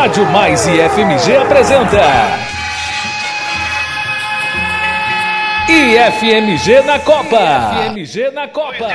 Rádio Mais e FMG apresenta IFMG na Copa. IFMG na Copa.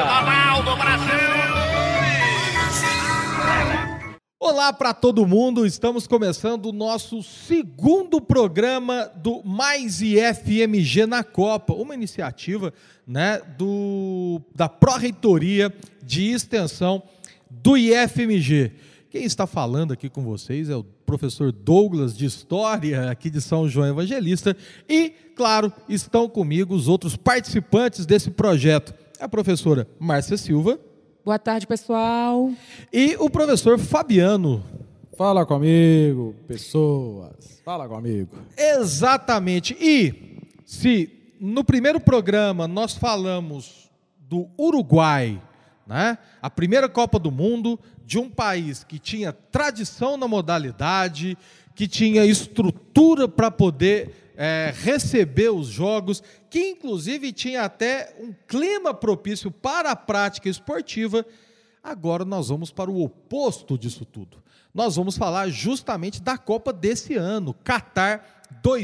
Olá para todo mundo, estamos começando o nosso segundo programa do Mais IFMG na Copa, uma iniciativa, né, da Pró-Reitoria de Extensão do IFMG. Quem está falando aqui com vocês é o professor Douglas, de História, aqui de São João Evangelista, e, claro, estão comigo os outros participantes desse projeto, a professora Márcia Silva. Boa tarde, pessoal. E o professor Fabiano. Fala comigo, pessoas. Fala comigo. Exatamente. E se no primeiro programa nós falamos do Uruguai, né? A primeira Copa do Mundo de um país que tinha tradição na modalidade, que tinha estrutura para poder receber os jogos, que inclusive tinha até um clima propício para a prática esportiva. Agora nós vamos para o oposto disso tudo. Nós vamos falar justamente da Copa desse ano, Qatar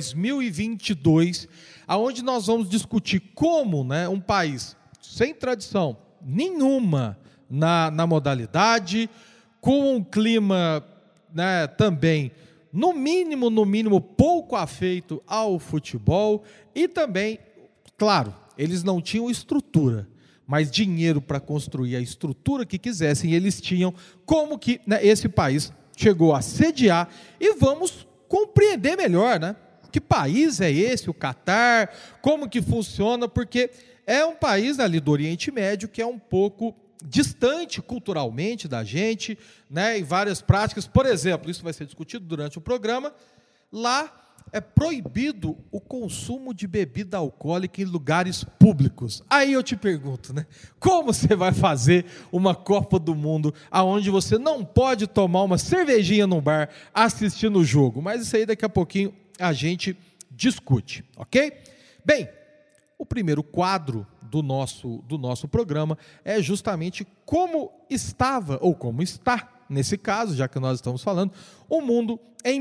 2022, aonde nós vamos discutir como, né, um país sem tradição nenhuma na modalidade, com um clima, né, também no mínimo, pouco afeito ao futebol, e também, claro, eles não tinham estrutura, mas dinheiro para construir a estrutura que quisessem, eles tinham. Como que, né, esse país chegou a sediar, e vamos compreender melhor, né? Que país é esse, o Qatar, como que funciona, porque é um país ali do Oriente Médio que é um pouco distante culturalmente da gente, né, em várias práticas. Por exemplo, isso vai ser discutido durante o programa, lá é proibido o consumo de bebida alcoólica em lugares públicos. Aí eu te pergunto, né, como você vai fazer uma Copa do Mundo onde você não pode tomar uma cervejinha num bar assistindo o jogo? Mas isso aí daqui a pouquinho a gente discute, ok? Bem, o primeiro quadro do nosso programa é justamente como estava, ou como está, nesse caso, já que nós estamos falando, o mundo em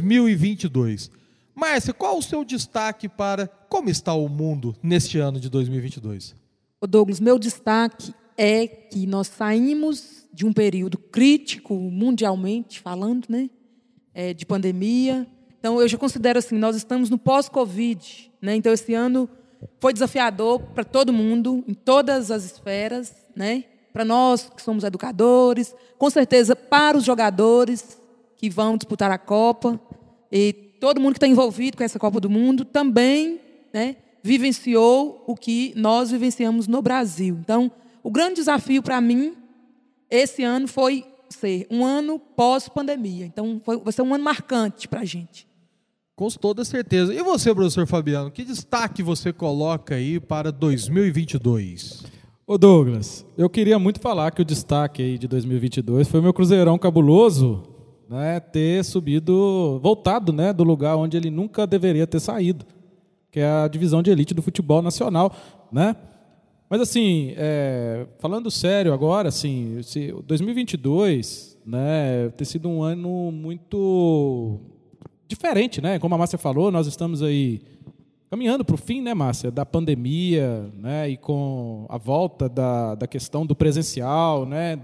2022. Márcia, qual o seu destaque para como está o mundo neste ano de 2022? Ô Douglas, meu destaque é que nós saímos de um período crítico, mundialmente falando, né, de pandemia. Então, eu já considero assim, nós estamos no pós-Covid, né? Então, esse ano foi desafiador para todo mundo, em todas as esferas, né? Para nós que somos educadores, com certeza para os jogadores que vão disputar a Copa, e todo mundo que está envolvido com essa Copa do Mundo também, né, vivenciou o que nós vivenciamos no Brasil. Então, o grande desafio para mim, esse ano, foi ser um ano pós-pandemia. Então, vai ser um ano marcante para a gente. Com toda certeza. E você, professor Fabiano, que destaque você coloca aí para 2022? Ô Douglas, eu queria muito falar que o destaque aí de 2022 foi o meu Cruzeirão cabuloso, né, ter subido, voltado, né, do lugar onde ele nunca deveria ter saído, que é a divisão de elite do futebol nacional, né? Mas assim, falando sério agora, assim, 2022, né, ter sido um ano muito diferente, né? Como a Márcia falou, nós estamos aí caminhando para o fim, né, Márcia, da pandemia, né, e com a volta da questão do presencial, né,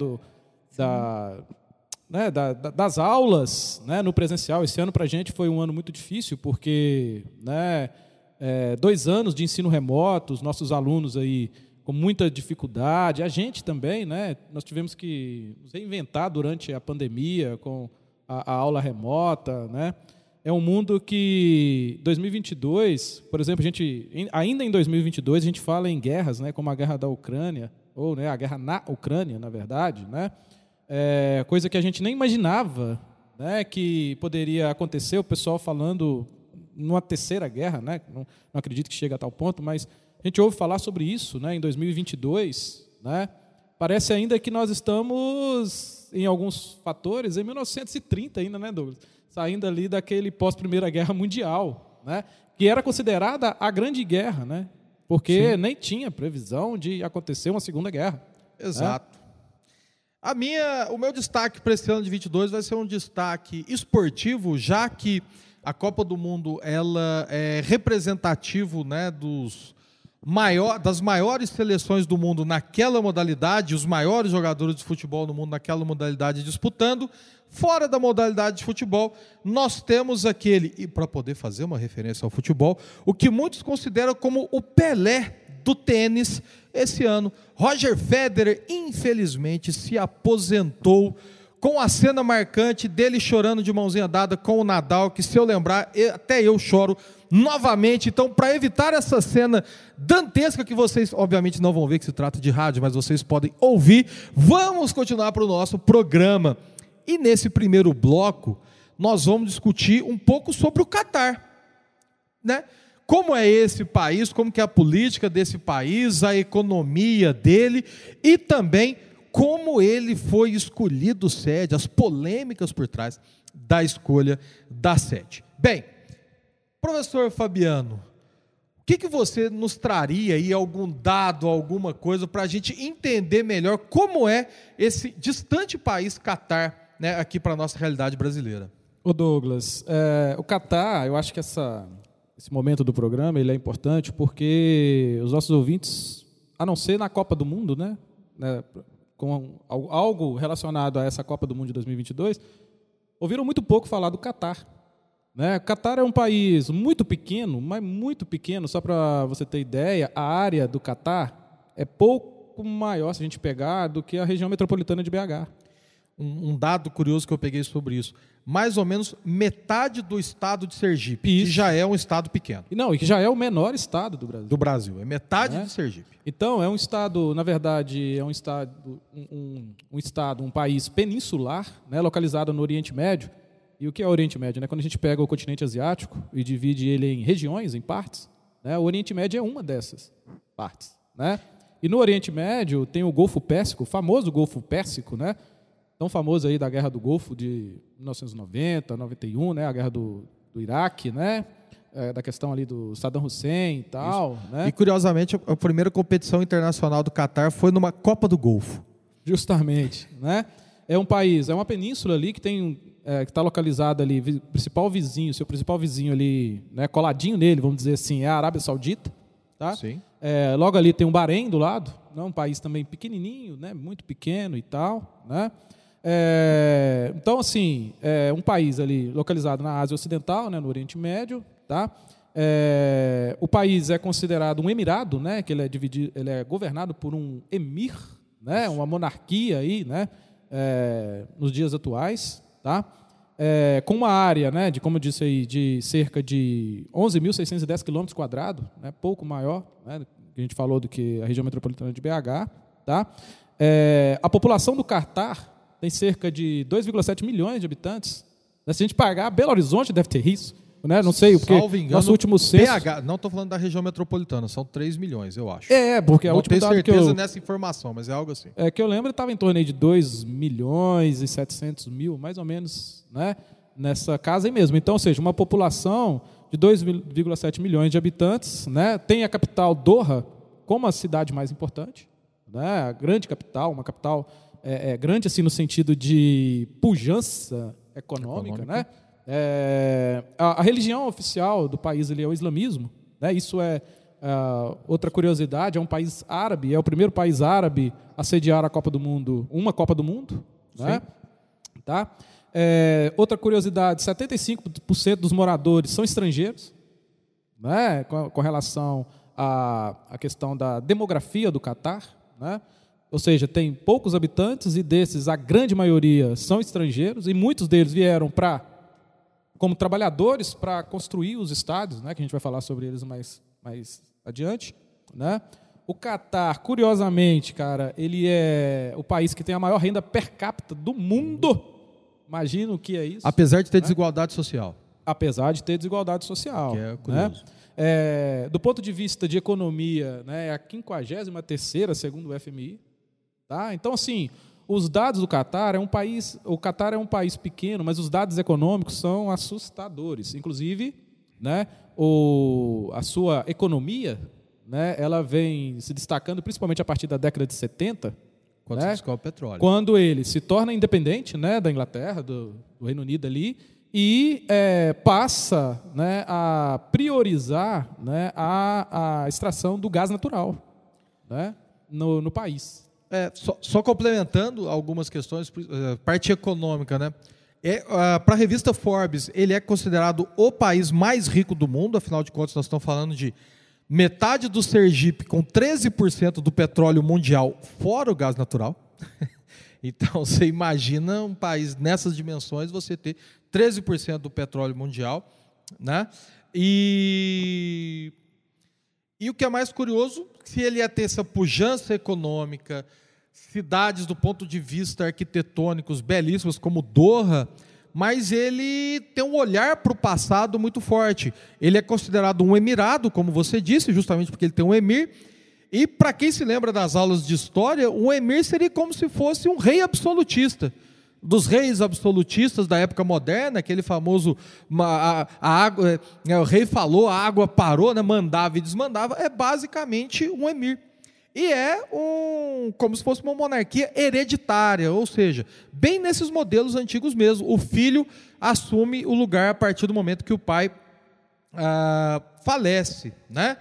das aulas, né, no presencial. Esse ano para a gente foi um ano muito difícil, porque, né, 2 anos de ensino remoto, os nossos alunos aí com muita dificuldade, a gente também, né, nós tivemos que nos reinventar durante a pandemia com a aula remota, né. É um mundo que 2022, por exemplo, ainda em 2022 a gente fala em guerras, né, como a guerra da Ucrânia, ou, né, a guerra na Ucrânia, na verdade, né, coisa que a gente nem imaginava, né, que poderia acontecer, o pessoal falando numa terceira guerra, né, não acredito que chegue a tal ponto, mas a gente ouve falar sobre isso, né, em 2022, né, parece ainda que nós estamos, em alguns fatores, em 1930 ainda, né, Douglas? Saindo ali daquele pós-Primeira Guerra Mundial, né? Que era considerada a Grande Guerra, né? Porque nem tinha previsão de acontecer uma Segunda Guerra. Exato. O meu destaque para esse ano de 22 vai ser um destaque esportivo, já que a Copa do Mundo ela é representativo, né, das maiores seleções do mundo naquela modalidade, os maiores jogadores de futebol do mundo naquela modalidade disputando. Fora da modalidade de futebol, nós temos aquele, e para poder fazer uma referência ao futebol, o que muitos consideram como o Pelé do tênis esse ano. Roger Federer, infelizmente, se aposentou, com a cena marcante dele chorando de mãozinha dada com o Nadal, que, se eu lembrar, até eu choro novamente. Então, para evitar essa cena dantesca, que vocês obviamente não vão ver, que se trata de rádio, mas vocês podem ouvir, vamos continuar para o nosso programa. E nesse primeiro bloco, nós vamos discutir um pouco sobre o Catar, né? Como é esse país, como que é a política desse país, a economia dele e também como ele foi escolhido sede, as polêmicas por trás da escolha da sede. Bem, professor Fabiano, o que você nos traria aí, algum dado, alguma coisa, para a gente entender melhor como é esse distante país Catar, né, aqui para a nossa realidade brasileira? Ô Douglas, o Catar, eu acho que esse momento do programa ele é importante porque os nossos ouvintes, a não ser na Copa do Mundo, né, com algo relacionado a essa Copa do Mundo de 2022, ouviram muito pouco falar do Catar. Né? O Catar é um país muito pequeno, mas muito pequeno, só para você ter ideia, a área do Catar é pouco maior, se a gente pegar, do que a região metropolitana de BH. Um dado curioso que eu peguei sobre isso, mais ou menos metade do estado de Sergipe, isso. Que já é um estado pequeno. Não, e que já é o menor estado do Brasil. Do Brasil, é metade de Sergipe. Então, é um estado, na verdade, é um país peninsular, né, localizado no Oriente Médio. E o que é o Oriente Médio? Né? Quando a gente pega o continente asiático e divide ele em regiões, em partes, né, o Oriente Médio é uma dessas partes. Né? E no Oriente Médio tem o Golfo Pérsico, o famoso Golfo Pérsico, né? Tão famoso aí da Guerra do Golfo de 1990, 91, né? A Guerra do Iraque, né? Da questão ali do Saddam Hussein e tal. Né? E, curiosamente, a primeira competição internacional do Catar foi numa Copa do Golfo. Justamente. Né? É um país, é uma península ali que tem... que está localizada ali, seu principal vizinho ali, né, coladinho nele, vamos dizer assim, é a Arábia Saudita. Tá? Sim. Logo ali tem um Bahrein do lado, né, um país também pequenininho, né, muito pequeno e tal. Né? Então, assim, é um país ali localizado na Ásia Ocidental, né, no Oriente Médio. Tá? O país é considerado um emirado, né, que ele é governado por um emir, né, uma monarquia aí, né, nos dias atuais. Tá? Com uma área, né, como eu disse aí, de cerca de 11.610 km², né, pouco maior, né, que a gente falou do que a região metropolitana de BH. Tá? A população do Catar tem cerca de 2,7 milhões de habitantes. Se a gente pagar, Belo Horizonte deve ter isso. Né? Não sei, porque nosso último censo... Não estou falando da região metropolitana, são 3 milhões, eu acho. Porque a não última tenho dado certeza nessa informação, mas é algo assim. Que eu lembro, estava em torno aí de 2.700.000, mais ou menos, né? Nessa casa aí mesmo. Então, ou seja, uma população de 2,7 milhões de habitantes, né? Tem a capital Doha como a cidade mais importante, né? A grande capital, uma capital grande assim no sentido de pujança econômica. Né? A religião oficial do país ali é o islamismo. Né? Isso outra curiosidade, é um país árabe, é o primeiro país árabe a sediar a Copa do Mundo, uma Copa do Mundo. Né? Tá? Outra curiosidade, 75% dos moradores são estrangeiros, né? Com relação à questão da demografia do Catar. Né? Ou seja, tem poucos habitantes e desses a grande maioria são estrangeiros e muitos deles vieram como trabalhadores para construir os estádios, né, que a gente vai falar sobre eles mais adiante. Né? O Catar, curiosamente, cara, ele é o país que tem a maior renda per capita do mundo. Imagina o que é isso. Apesar de ter desigualdade social. Apesar de ter desigualdade social. Que é curioso. Né? Do ponto de vista de economia, né, é a 53ª, segundo o FMI. Tá? Então, assim, os dados do Catar, o Catar é um país pequeno, mas os dados econômicos são assustadores. Inclusive, né, a sua economia, né, ela vem se destacando principalmente a partir da década de 70. Quando né? se descobre o petróleo. Quando ele se torna independente, né, da Inglaterra, do Reino Unido ali, e passa, né, a priorizar, né, a extração do gás natural, né, no país. Só complementando algumas questões, parte econômica, né? Para a revista Forbes, ele é considerado o país mais rico do mundo, afinal de contas nós estamos falando de metade do Sergipe com 13% do petróleo mundial, fora o gás natural. Então, você imagina um país nessas dimensões, você ter 13% do petróleo mundial, né? E o que é mais curioso, se ele ia ter essa pujança econômica, cidades do ponto de vista arquitetônicos belíssimas como Doha, mas ele tem um olhar para o passado muito forte. Ele é considerado um emirado, como você disse, justamente porque ele tem um emir. E, para quem se lembra das aulas de história, um emir seria como se fosse um rei absolutista. Dos reis absolutistas da época moderna, aquele famoso o rei falou, a água parou, né, mandava e desmandava, é basicamente um emir. E como se fosse uma monarquia hereditária, ou seja, bem nesses modelos antigos mesmo. O filho assume o lugar a partir do momento que o pai falece, né?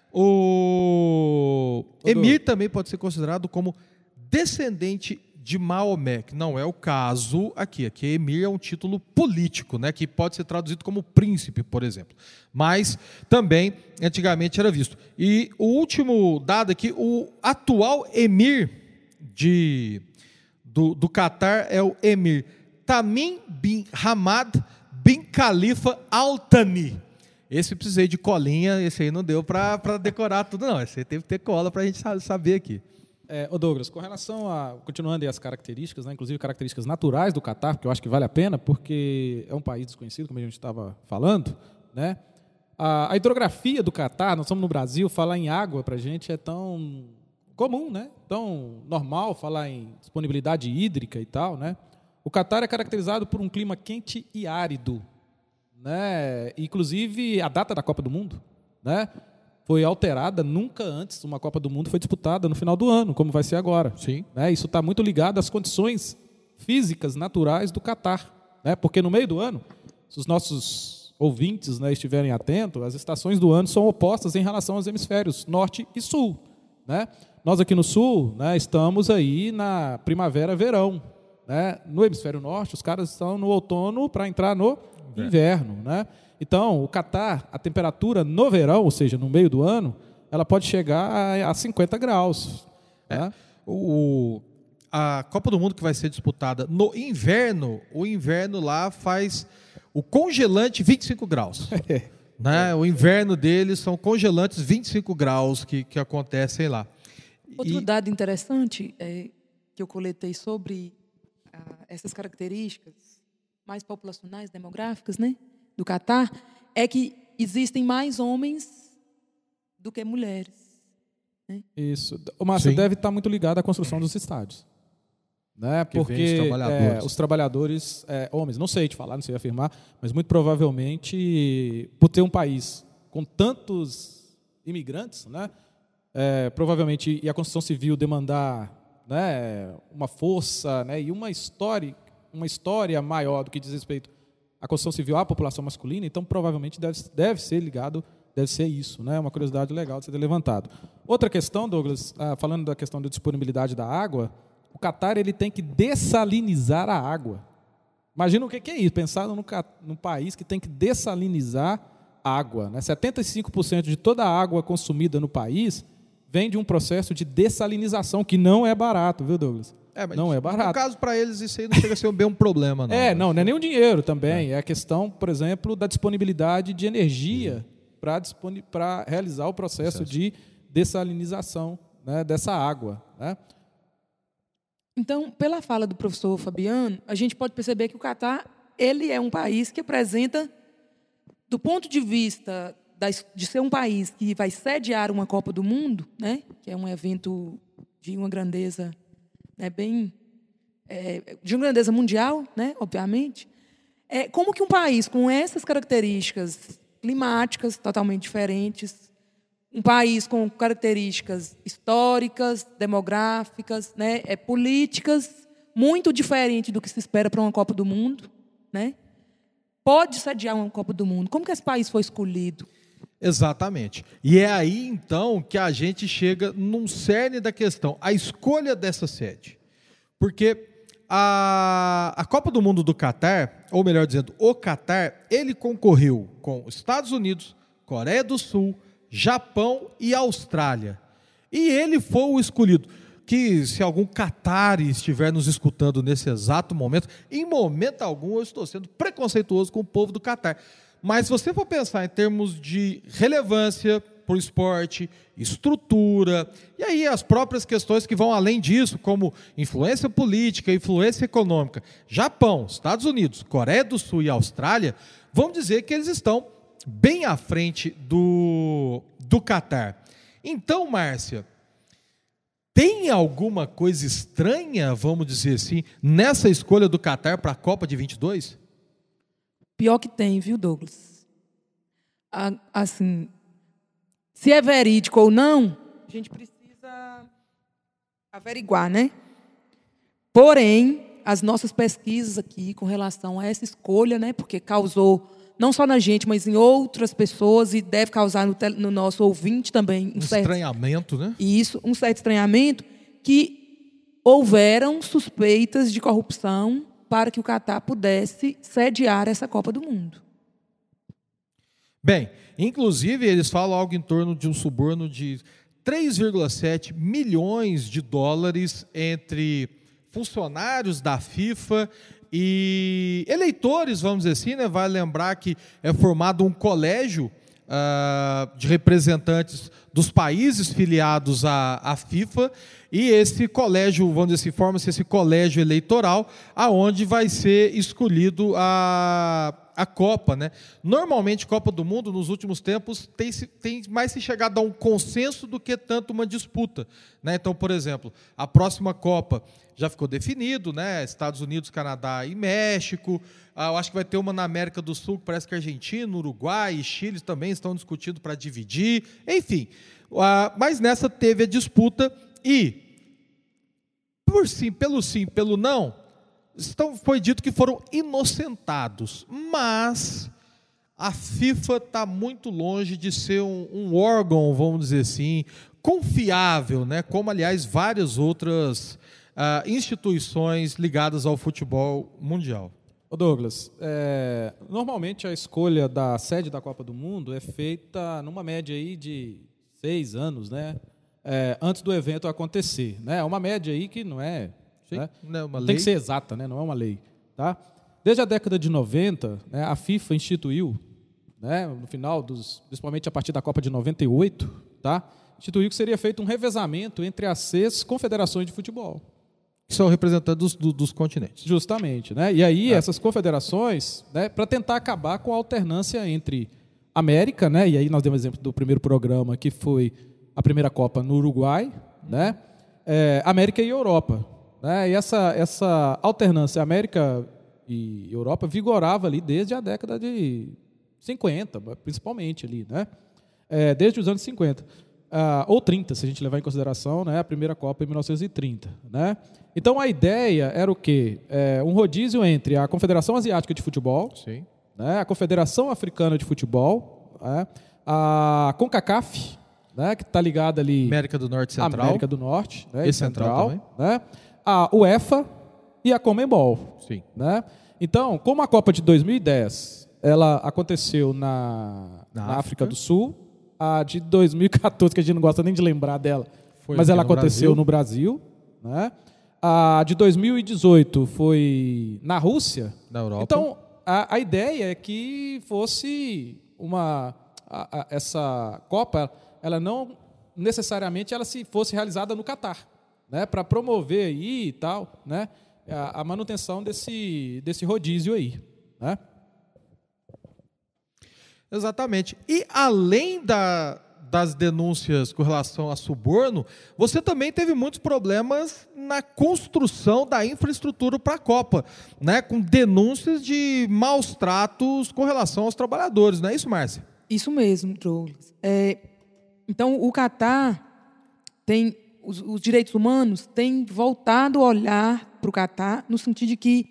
O emir também pode ser considerado como descendente de Maomé, que não é o caso aqui. Aqui emir é um título político, né, que pode ser traduzido como príncipe, por exemplo. Mas também, antigamente, era visto. E o último dado aqui, o atual emir do Catar é o emir Tamim bin Hamad bin Khalifa Al Thani. Esse precisei de colinha, esse aí não deu para decorar tudo, não. Esse aí teve que ter cola para a gente saber aqui. Douglas, com relação continuando aí as características, né, inclusive características naturais do Catar, porque eu acho que vale a pena, porque é um país desconhecido, como a gente estava falando, né? A hidrografia do Catar, nós estamos no Brasil, falar em água para a gente é tão comum, né? Tão normal falar em disponibilidade hídrica e tal, né? O Catar é caracterizado por um clima quente e árido, né? Inclusive a data da Copa do Mundo, né, foi alterada. Nunca antes uma Copa do Mundo foi disputada no final do ano, como vai ser agora. Sim. Né? Isso está muito ligado às condições físicas naturais do Catar, né? Porque no meio do ano, se os nossos ouvintes, né, estiverem atentos, as estações do ano são opostas em relação aos hemisférios norte e sul, né? Nós aqui no sul, né, estamos aí na primavera-verão, né? No hemisfério norte, os caras estão no outono para entrar no inverno, né? Então, o Catar, a temperatura no verão, ou seja, no meio do ano, ela pode chegar a 50 graus. Né? A Copa do Mundo que vai ser disputada no inverno, o inverno lá faz o congelante 25 graus. Né? O inverno deles são congelantes 25 graus que acontecem lá. Outro dado interessante que eu coletei sobre essas características mais populacionais, demográficas, né, do Catar, é que existem mais homens do que mulheres. Né? Isso. O Márcio deve estar muito ligado à construção dos estádios. Né? Porque os trabalhadores, homens, não sei te falar, não sei afirmar, mas muito provavelmente, por ter um país com tantos imigrantes, né, provavelmente, e a construção civil demandar, né, uma força, né, e uma história maior do que diz respeito à construção civil à população masculina, então provavelmente deve ser ligado, deve ser isso, né? Uma curiosidade legal de ser levantado. Outra questão, Douglas, falando da questão da disponibilidade da água, o Catar ele tem que dessalinizar a água. Imagina o que é isso, pensar num país que tem que dessalinizar água. Né? 75% de toda a água consumida no país vem de um processo de dessalinização, que não é barato, viu, Douglas? Não é barato. No caso, para eles, isso aí não chega a ser bem um problema. Não é nem o dinheiro também. É a questão, por exemplo, da disponibilidade de energia para realizar o processo de dessalinização, né, dessa água. Né? Então, pela fala do professor Fabiano, a gente pode perceber que o Catar ele é um país que apresenta, do ponto de vista de ser um país que vai sediar uma Copa do Mundo, né, que é um evento de uma grandeza, né, de uma grandeza mundial, né, obviamente, como que um país com essas características climáticas totalmente diferentes, um país com características históricas, demográficas, né, políticas, muito diferente do que se espera para uma Copa do Mundo, né? Pode sediar uma Copa do Mundo. Como que esse país foi escolhido? Exatamente. E é aí, então, que a gente chega num cerne da questão, a escolha dessa sede. Porque a Copa do Mundo do Catar, ou melhor dizendo, o Catar, ele concorreu com Estados Unidos, Coreia do Sul, Japão e Austrália. E ele foi o escolhido. Que se algum catari estiver nos escutando nesse exato momento, em momento algum eu estou sendo preconceituoso com o povo do Catar. Mas se você for pensar em termos de relevância para o esporte, estrutura, e aí as próprias questões que vão além disso, como influência política, influência econômica, Japão, Estados Unidos, Coreia do Sul e Austrália, vamos dizer que eles estão bem à frente do Catar. Então, Márcia, tem alguma coisa estranha, vamos dizer assim, nessa escolha do Catar para a Copa de 22? Pior que tem, viu, Douglas? Assim, se é verídico ou não, a gente precisa averiguar, né? Porém, as nossas pesquisas aqui com relação a essa escolha, né, porque causou, não só na gente, mas em outras pessoas, e deve causar no nosso ouvinte também um certo estranhamento, né? Isso, um certo estranhamento, que houveram suspeitas de corrupção para que o Catar pudesse sediar essa Copa do Mundo. Bem, inclusive eles falam algo em torno de um suborno de 3,7 milhões de dólares entre funcionários da FIFA e eleitores, vamos dizer assim, né? Vale lembrar que é formado um colégio de representantes dos países filiados à FIFA, e esse colégio, vamos dizer assim, forma-se esse colégio eleitoral, aonde vai ser escolhido a Copa, né? Normalmente, Copa do Mundo, nos últimos tempos, tem mais se chegado a um consenso do que tanto uma disputa, né? Então, por exemplo, a próxima Copa já ficou definido, né? Estados Unidos, Canadá e México. Eu acho que vai ter uma na América do Sul, que parece que Argentina, Uruguai e Chile também estão discutindo para dividir. Enfim, mas nessa teve a disputa e, por sim, pelo não, foi dito que foram inocentados, mas a FIFA está muito longe de ser um órgão, vamos dizer assim, confiável, né? Como, aliás, várias outras instituições ligadas ao futebol mundial. Ô Douglas, normalmente a escolha da sede da Copa do Mundo é feita numa média aí de 6 anos, né? Antes do evento acontecer, né? É uma média aí que não é... Sim, né? Não é uma Tem lei. que ser exata, né? Não é uma lei. Tá? Desde a década de 90, né, a FIFA instituiu, né, no final, principalmente a partir da Copa de 98, tá, instituiu que seria feito um revezamento entre as 6 confederações de futebol. Que são representantes dos continentes. Justamente. Né? E aí, essas confederações, né, para tentar acabar com a alternância entre América, né, e aí nós demos exemplo do primeiro programa, que foi a primeira Copa no Uruguai, né, América e Europa. Né, e essa alternância América e Europa vigorava ali desde a década de 50, principalmente ali, né? Desde os anos 50. Ou 30, se a gente levar em consideração, né, a primeira Copa em 1930. Né? Então, a ideia era o quê? Um rodízio entre a Confederação Asiática de Futebol, Sim. Né, a Confederação Africana de Futebol, né, a CONCACAF, né, que está ligada ali... América do Norte e Central. América do Norte, né, E Central também. né, a UEFA e a Conmebol. Sim. Né? Então, como a Copa de 2010 ela aconteceu na África do Sul, a de 2014, que a gente não gosta nem de lembrar dela, mas ela aconteceu no Brasil. Né? A de 2018 foi na Rússia. Na Europa. Então, a ideia é que fosse essa Copa, ela não necessariamente ela se fosse realizada no Catar, né? Para promover aí e tal, né? A manutenção desse rodízio aí. Né? Exatamente. E além das denúncias com relação a suborno, você também teve muitos problemas na construção da infraestrutura para a Copa, né? Com denúncias de maus tratos com relação aos trabalhadores, não é isso, Márcia? Isso mesmo, Douglas. Então, o Catar tem... Os direitos humanos têm voltado a olhar para o Catar no sentido de que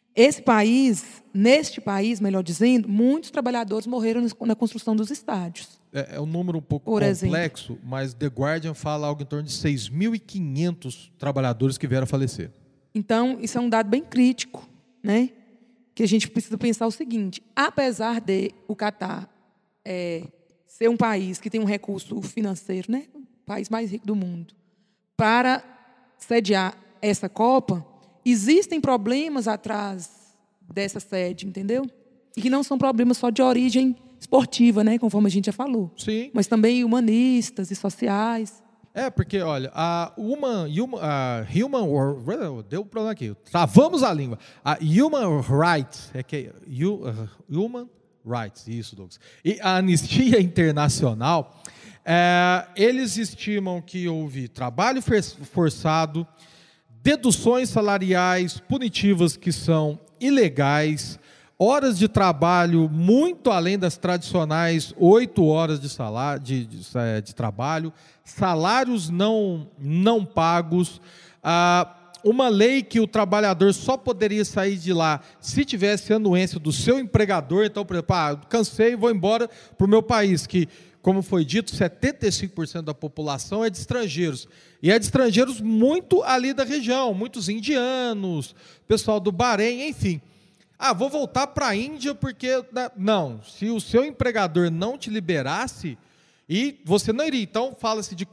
neste país, melhor dizendo, muitos trabalhadores morreram na construção dos estádios. É um número um pouco complexo, mas The Guardian fala algo em torno de 6.500 trabalhadores que vieram a falecer. Então, isso é um dado bem crítico, né? Que a gente precisa pensar o seguinte: apesar de o Catar ser um país que tem um recurso financeiro, né? O país mais rico do mundo, para sediar essa Copa, existem problemas atrás dessa sede, entendeu? E que não são problemas só de origem esportiva, né? Conforme a gente já falou. Sim. Mas também humanistas e sociais. Porque, olha, deu um problema aqui. Travamos a língua. A Human Rights, Human Rights, isso, Douglas. E a Anistia Internacional, eles estimam que houve trabalho forçado, deduções salariais punitivas que são ilegais, horas de trabalho muito além das tradicionais 8 horas de salário, de trabalho, salários não pagos, uma lei que o trabalhador só poderia sair de lá se tivesse anuência do seu empregador. Então, por exemplo, cansei e vou embora para o meu país, que, como foi dito, 75% da população é de estrangeiros. E é de estrangeiros muito ali da região, muitos indianos, pessoal do Bahrein, enfim. Vou voltar para a Índia porque... Não, se o seu empregador não te liberasse, e você não iria. Então, fala-se de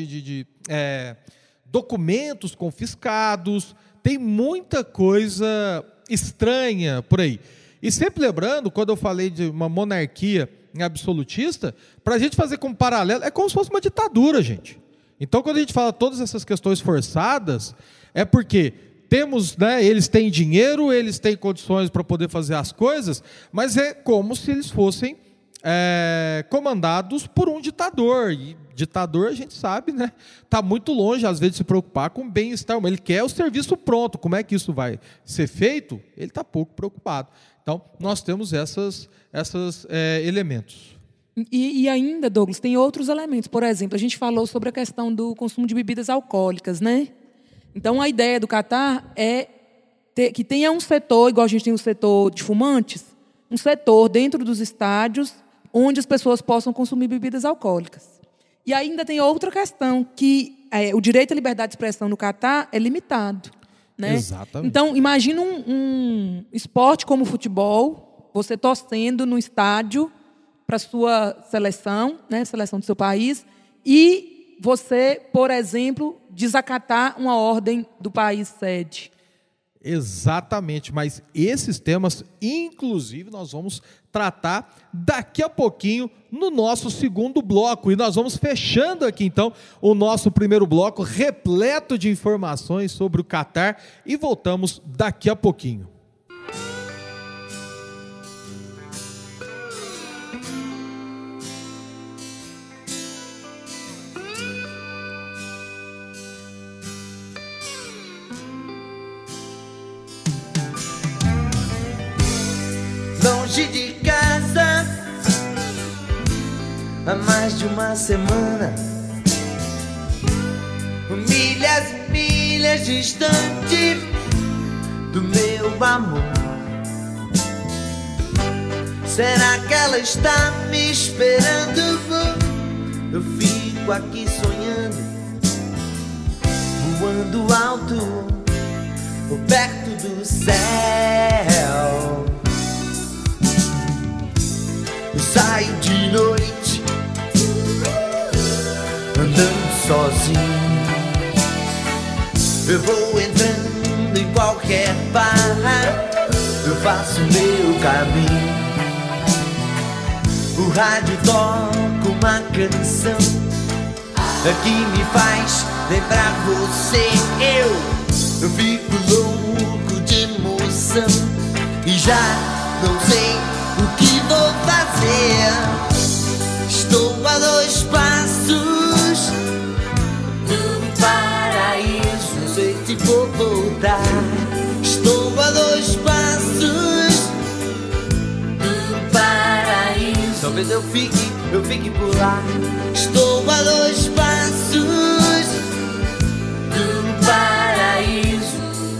documentos confiscados, tem muita coisa estranha por aí. E sempre lembrando, quando eu falei de uma monarquia absolutista, para a gente fazer como paralelo, é como se fosse uma ditadura, gente. Então, quando a gente fala todas essas questões forçadas, é porque temos, eles têm dinheiro, eles têm condições para poder fazer as coisas, mas é como se eles fossem comandados por um ditador. E ditador, a gente sabe, está muito longe, às vezes, de se preocupar com o bem-estar. Ele quer o serviço pronto. Como é que isso vai ser feito? Ele está pouco preocupado. Então, nós temos esses elementos. E ainda, Douglas, tem outros elementos. Por exemplo, a gente falou sobre a questão do consumo de bebidas alcoólicas, né? Então, a ideia do Catar é que tenha um setor, igual a gente tem o setor de fumantes, um setor dentro dos estádios onde as pessoas possam consumir bebidas alcoólicas. E ainda tem outra questão, que o direito à liberdade de expressão no Catar é limitado, né? Exatamente. Então, imagina um esporte como o futebol, você torcendo no estádio para a sua seleção, né, seleção do seu país, e você, por exemplo, desacatar uma ordem do país sede. Exatamente, mas esses temas, inclusive, nós vamos tratar daqui a pouquinho no nosso segundo bloco. E nós vamos fechando aqui, então, o nosso primeiro bloco, repleto de informações sobre o Catar, e voltamos daqui a pouquinho. Longe de casa, há mais de uma semana, milhas e milhas distante do meu amor. Será que ela está me esperando? Eu fico aqui sonhando, voando alto, perto do céu. Eu saio de noite, andando sozinho. Eu vou entrando em qualquer bar, eu faço meu caminho. O rádio toca uma canção que me faz lembrar você. Eu fico louco de emoção e já não sei o que vou fazer. Estou a 2 passos do paraíso, não sei se vou voltar. Estou a 2 passos do paraíso, só talvez eu fique por lá. Estou a 2 passos do paraíso.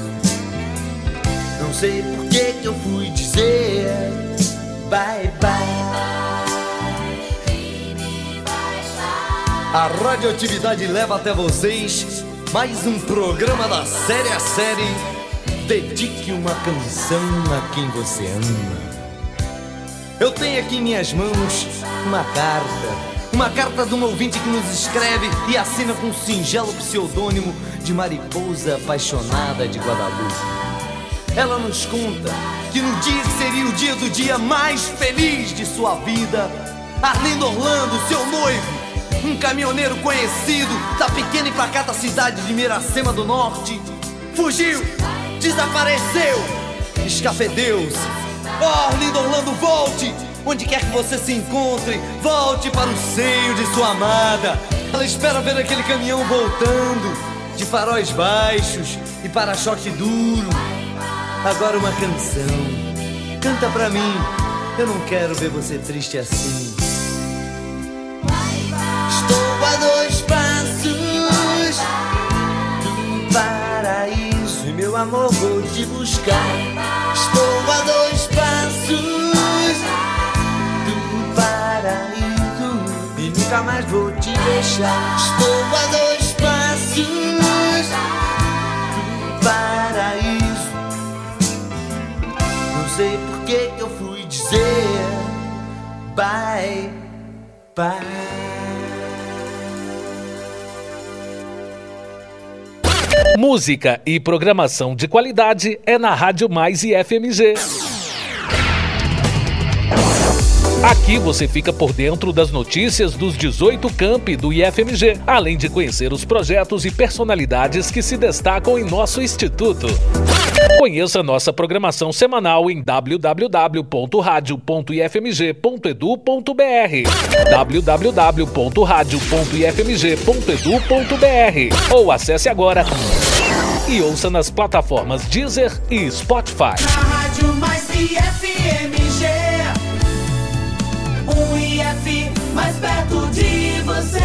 Não sei por que eu fui dizer bye bye. A radioatividade leva até vocês mais um programa da série a série. Dedique uma canção a quem você ama. Eu tenho aqui em minhas mãos uma carta de um ouvinte que nos escreve e assina com um singelo pseudônimo de Mariposa Apaixonada de Guadalupe. Ela nos conta que no dia que seria o dia mais feliz de sua vida, Arlindo Orlando, seu noivo, um caminhoneiro conhecido da pequena e pacata cidade de Miracema do Norte, fugiu, desapareceu, escafedeu-se. Oh, Arlindo Orlando, volte! Onde quer que você se encontre, volte para o seio de sua amada. Ela espera ver aquele caminhão voltando, de faróis baixos e para-choque duro. Agora uma canção, canta pra mim, eu não quero ver você triste assim. Estou a 2 passos do paraíso e meu amor vou te buscar. Estou a 2 passos do paraíso e nunca mais vou te deixar. Estou a 2 passos do paraíso. Não sei por que eu fui dizer bye bye. Música e programação de qualidade é na Rádio Mais e FMG. Aqui você fica por dentro das notícias dos 18 campi do IFMG, além de conhecer os projetos e personalidades que se destacam em nosso instituto. Conheça nossa programação semanal em www.radio.ifmg.edu.br www.radio.ifmg.edu.br ou acesse agora e ouça nas plataformas Deezer e Spotify. Na Rádio Mais IFMG, um IF mais perto de você.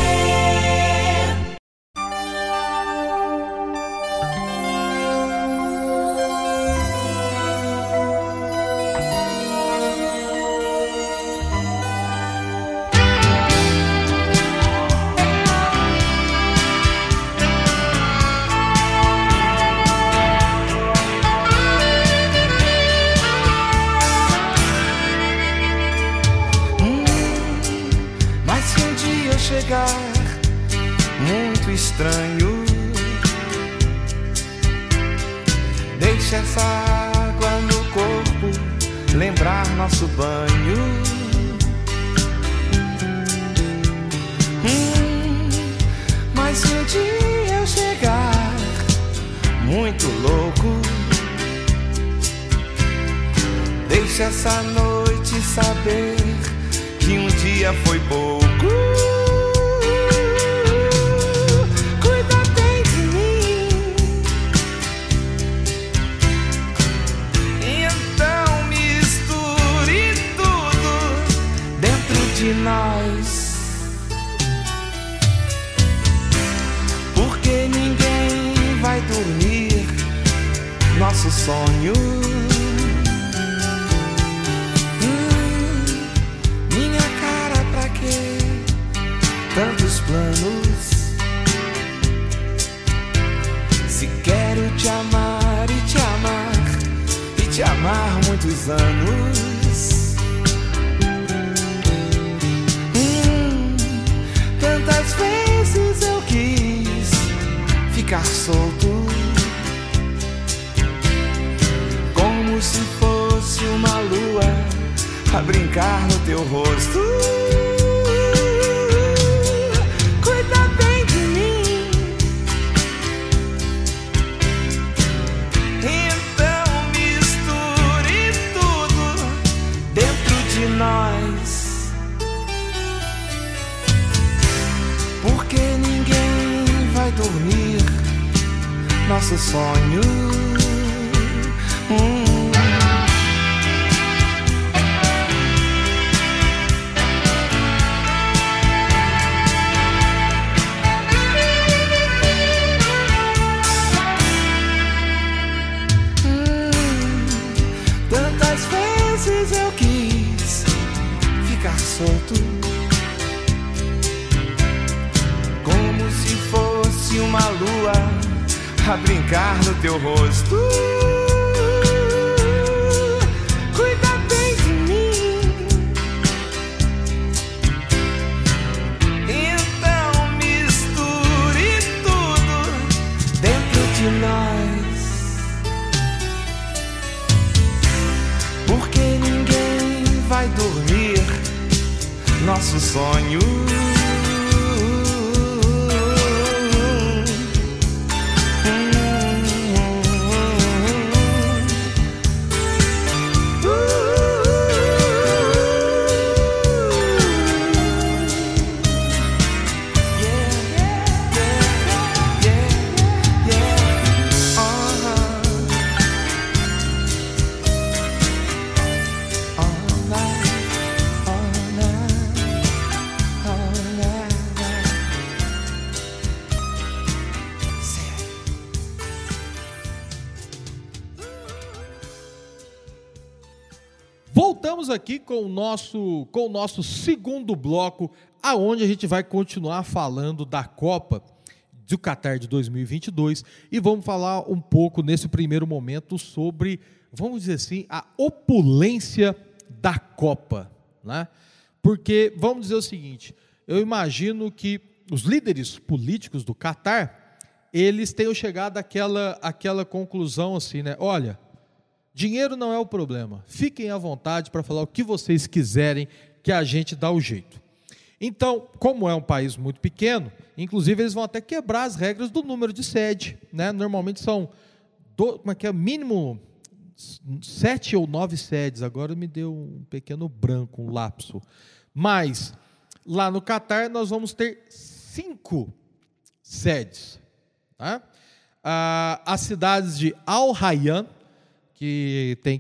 Muito estranho, deixa essa água no corpo lembrar nosso banho. Mas se um dia eu chegar muito louco, deixa essa noite saber que um dia foi pouco. Nós, porque ninguém vai dormir nosso sonho. Minha cara, pra quê tantos planos? Se quero te amar e te amar e te amar muitos anos. Tantas vezes eu quis ficar solto, como se fosse uma lua a brincar no teu rosto. Cuida bem de mim, então misture tudo dentro de nós. Porque ninguém vai dormir nosso sonho. Quantas vezes eu quis ficar solto, como se fosse uma lua a brincar no teu rosto. Cuida bem de mim, então misture tudo dentro de nós, porque ninguém vai dormir nosso sonho. Voltamos aqui com o nosso segundo bloco, aonde a gente vai continuar falando da Copa do Catar de 2022 e vamos falar um pouco nesse primeiro momento sobre, vamos dizer assim, a opulência da Copa, né? Porque, vamos dizer o seguinte, eu imagino que os líderes políticos do Catar, eles tenham chegado àquela conclusão assim, né? Olha, dinheiro não é o problema. Fiquem à vontade para falar o que vocês quiserem, que a gente dá o jeito. Então, como é um país muito pequeno, inclusive eles vão até quebrar as regras do número de sede, né? Normalmente são mínimo 7 ou 9 sedes. Agora me deu um pequeno branco, um lapso. Mas lá no Catar nós vamos ter 5 sedes, tá? As cidades de Al Rayyan, que tem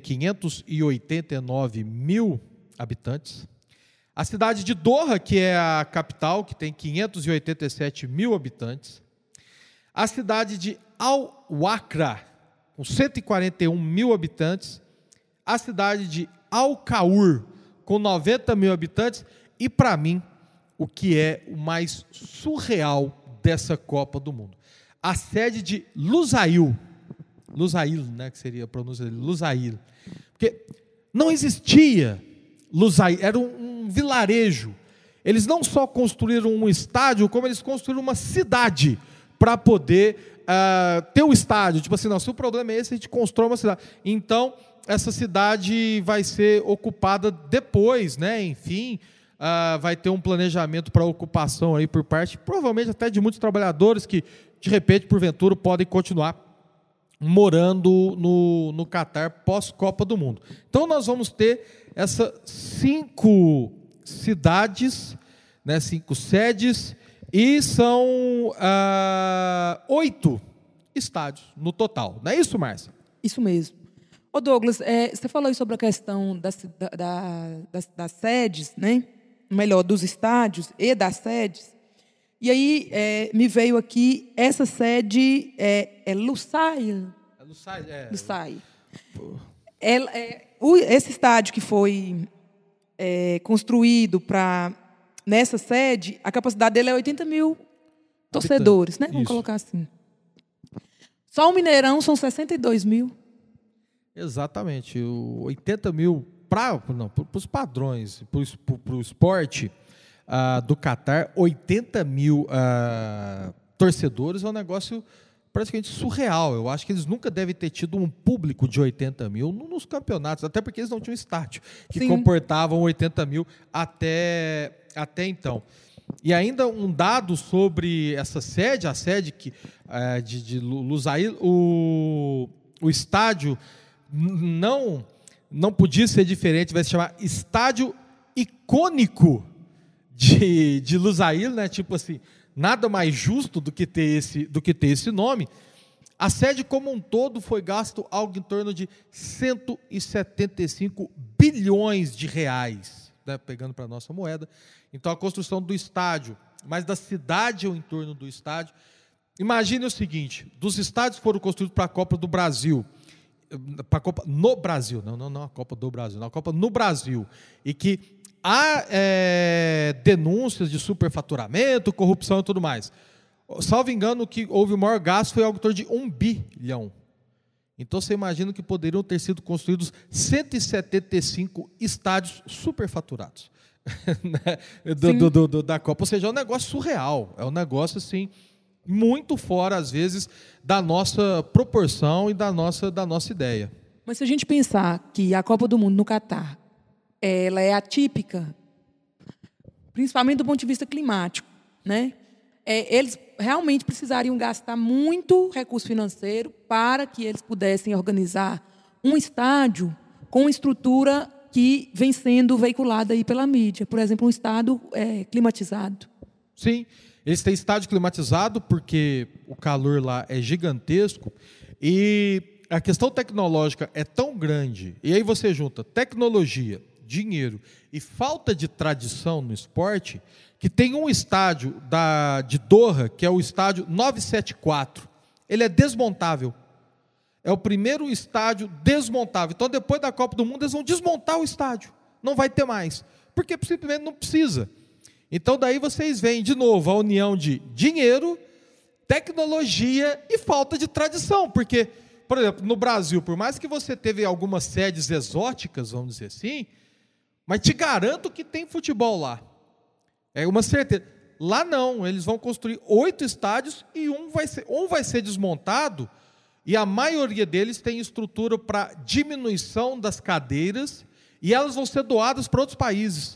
589 mil habitantes. A cidade de Doha, que é a capital, que tem 587 mil habitantes. A cidade de Al-Wakra, com 141 mil habitantes. A cidade de Al-Kaur, com 90 mil habitantes. E, para mim, o que é o mais surreal dessa Copa do Mundo, a sede de Lusail, né, que seria a pronúncia dele, Lusail, porque não existia Lusail, era um vilarejo. Eles não só construíram um estádio, como eles construíram uma cidade para poder ter o estádio. Tipo assim, não, se o problema é esse, a gente constrói uma cidade. Então, essa cidade vai ser ocupada depois, né? Enfim, vai ter um planejamento para ocupação aí por parte, provavelmente até de muitos trabalhadores que, de repente, porventura, podem continuar morando no Catar pós-Copa do Mundo. Então, nós vamos ter essas 5 cidades, né, 5 sedes, e são 8 estádios no total. Não é isso, Márcia? Isso mesmo. Ô Douglas, você falou aí sobre a questão das sedes, né? Melhor, dos estádios e das sedes. E aí me veio aqui, essa sede é Lusail. Lusail. Esse estádio que foi construído nessa sede, a capacidade dele é 80 mil torcedores, né? Vamos colocar assim. Só o Mineirão são 62 mil. Exatamente. 80 mil para os padrões, para o esporte do Catar, 80 mil torcedores é um negócio praticamente surreal. Eu acho que eles nunca devem ter tido um público de 80 mil nos campeonatos, até porque eles não tinham estádio que comportavam 80 mil até então. E ainda um dado sobre essa sede, a sede de Lusail, o estádio não podia ser diferente, vai se chamar Estádio Icônico de Lusail, né? Tipo assim, nada mais justo do que ter esse nome. A sede como um todo foi gasto algo em torno de 175 bilhões de reais, né? Pegando para a nossa moeda. Então, a construção do estádio, mas da cidade ao entorno do estádio. Imagine o seguinte, dos estádios que foram construídos para a Copa do Brasil, para a Copa no Brasil, não a Copa do Brasil, não a Copa no Brasil, e que há denúncias de superfaturamento, corrupção e tudo mais. Salvo engano, que houve o maior gasto foi algo em torno de 1 bilhão. Então você imagina que poderiam ter sido construídos 175 estádios superfaturados da Copa. Ou seja, é um negócio surreal, é um negócio assim muito fora, às vezes, da nossa proporção e da nossa ideia. Mas se a gente pensar que a Copa do Mundo no Catar, ela é atípica, principalmente do ponto de vista climático, né? Eles realmente precisariam gastar muito recurso financeiro para que eles pudessem organizar um estádio com estrutura que vem sendo veiculada aí pela mídia. Por exemplo, um estádio climatizado. Sim, eles têm estádio climatizado porque o calor lá é gigantesco e a questão tecnológica é tão grande. E aí você junta tecnologia, dinheiro e falta de tradição no esporte, que tem um estádio de Doha, que é o estádio 974. Ele é desmontável. É o primeiro estádio desmontável. Então, depois da Copa do Mundo, eles vão desmontar o estádio. Não vai ter mais. Porque simplesmente não precisa. Então, daí vocês veem, de novo, a união de dinheiro, tecnologia e falta de tradição. Porque, por exemplo, no Brasil, por mais que você teve algumas sedes exóticas, vamos dizer assim, mas te garanto que tem futebol lá. É uma certeza. Lá não, eles vão construir 8 estádios e um vai ser desmontado e a maioria deles tem estrutura para diminuição das cadeiras e elas vão ser doadas para outros países.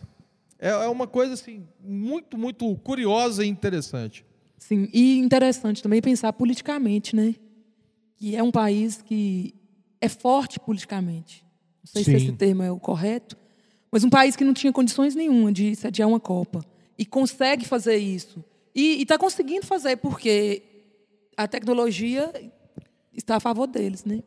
É uma coisa assim, muito, muito curiosa e interessante. Sim, e interessante também pensar politicamente, né? Que é um país que é forte politicamente. Não sei se esse termo é o correto, mas um país que não tinha condições nenhuma de sediar uma Copa. E consegue fazer isso. E está conseguindo fazer, porque a tecnologia está a favor deles, né?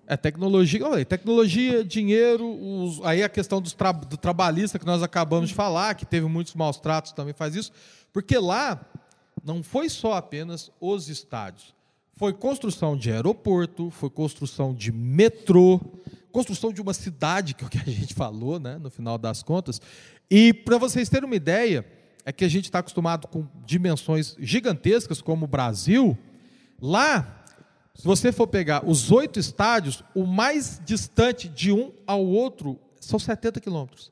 Tecnologia, dinheiro, aí a questão do trabalhista que nós acabamos de falar, que teve muitos maus tratos, também faz isso, porque lá não foi só apenas os estádios. Foi construção de aeroporto, foi construção de metrô, construção de uma cidade, que é o que a gente falou, né, no final das contas. E, para vocês terem uma ideia, é que a gente está acostumado com dimensões gigantescas, como o Brasil. Lá, se você for pegar os 8 estádios, o mais distante de um ao outro são 70 quilômetros.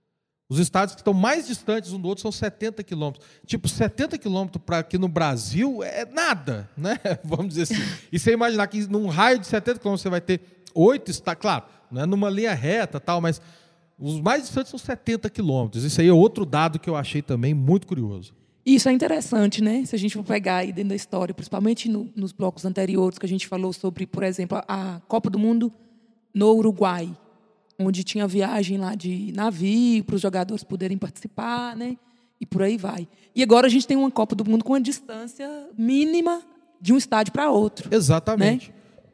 Os estádios que estão mais distantes um do outro são 70 quilômetros. Tipo, 70 quilômetros para aqui no Brasil é nada, né? Vamos dizer assim. E você imaginar que num raio de 70 quilômetros você vai ter 8 estádios, claro, não é numa linha reta, tal, mas os mais distantes são 70 quilômetros. Isso aí é outro dado que eu achei também muito curioso. Isso é interessante, né? Se a gente for pegar aí dentro da história, principalmente nos blocos anteriores, que a gente falou sobre, por exemplo, a Copa do Mundo no Uruguai, onde tinha viagem lá de navio para os jogadores poderem participar, né? E por aí vai. E agora a gente tem uma Copa do Mundo com uma distância mínima de um estádio para outro. Exatamente. Né?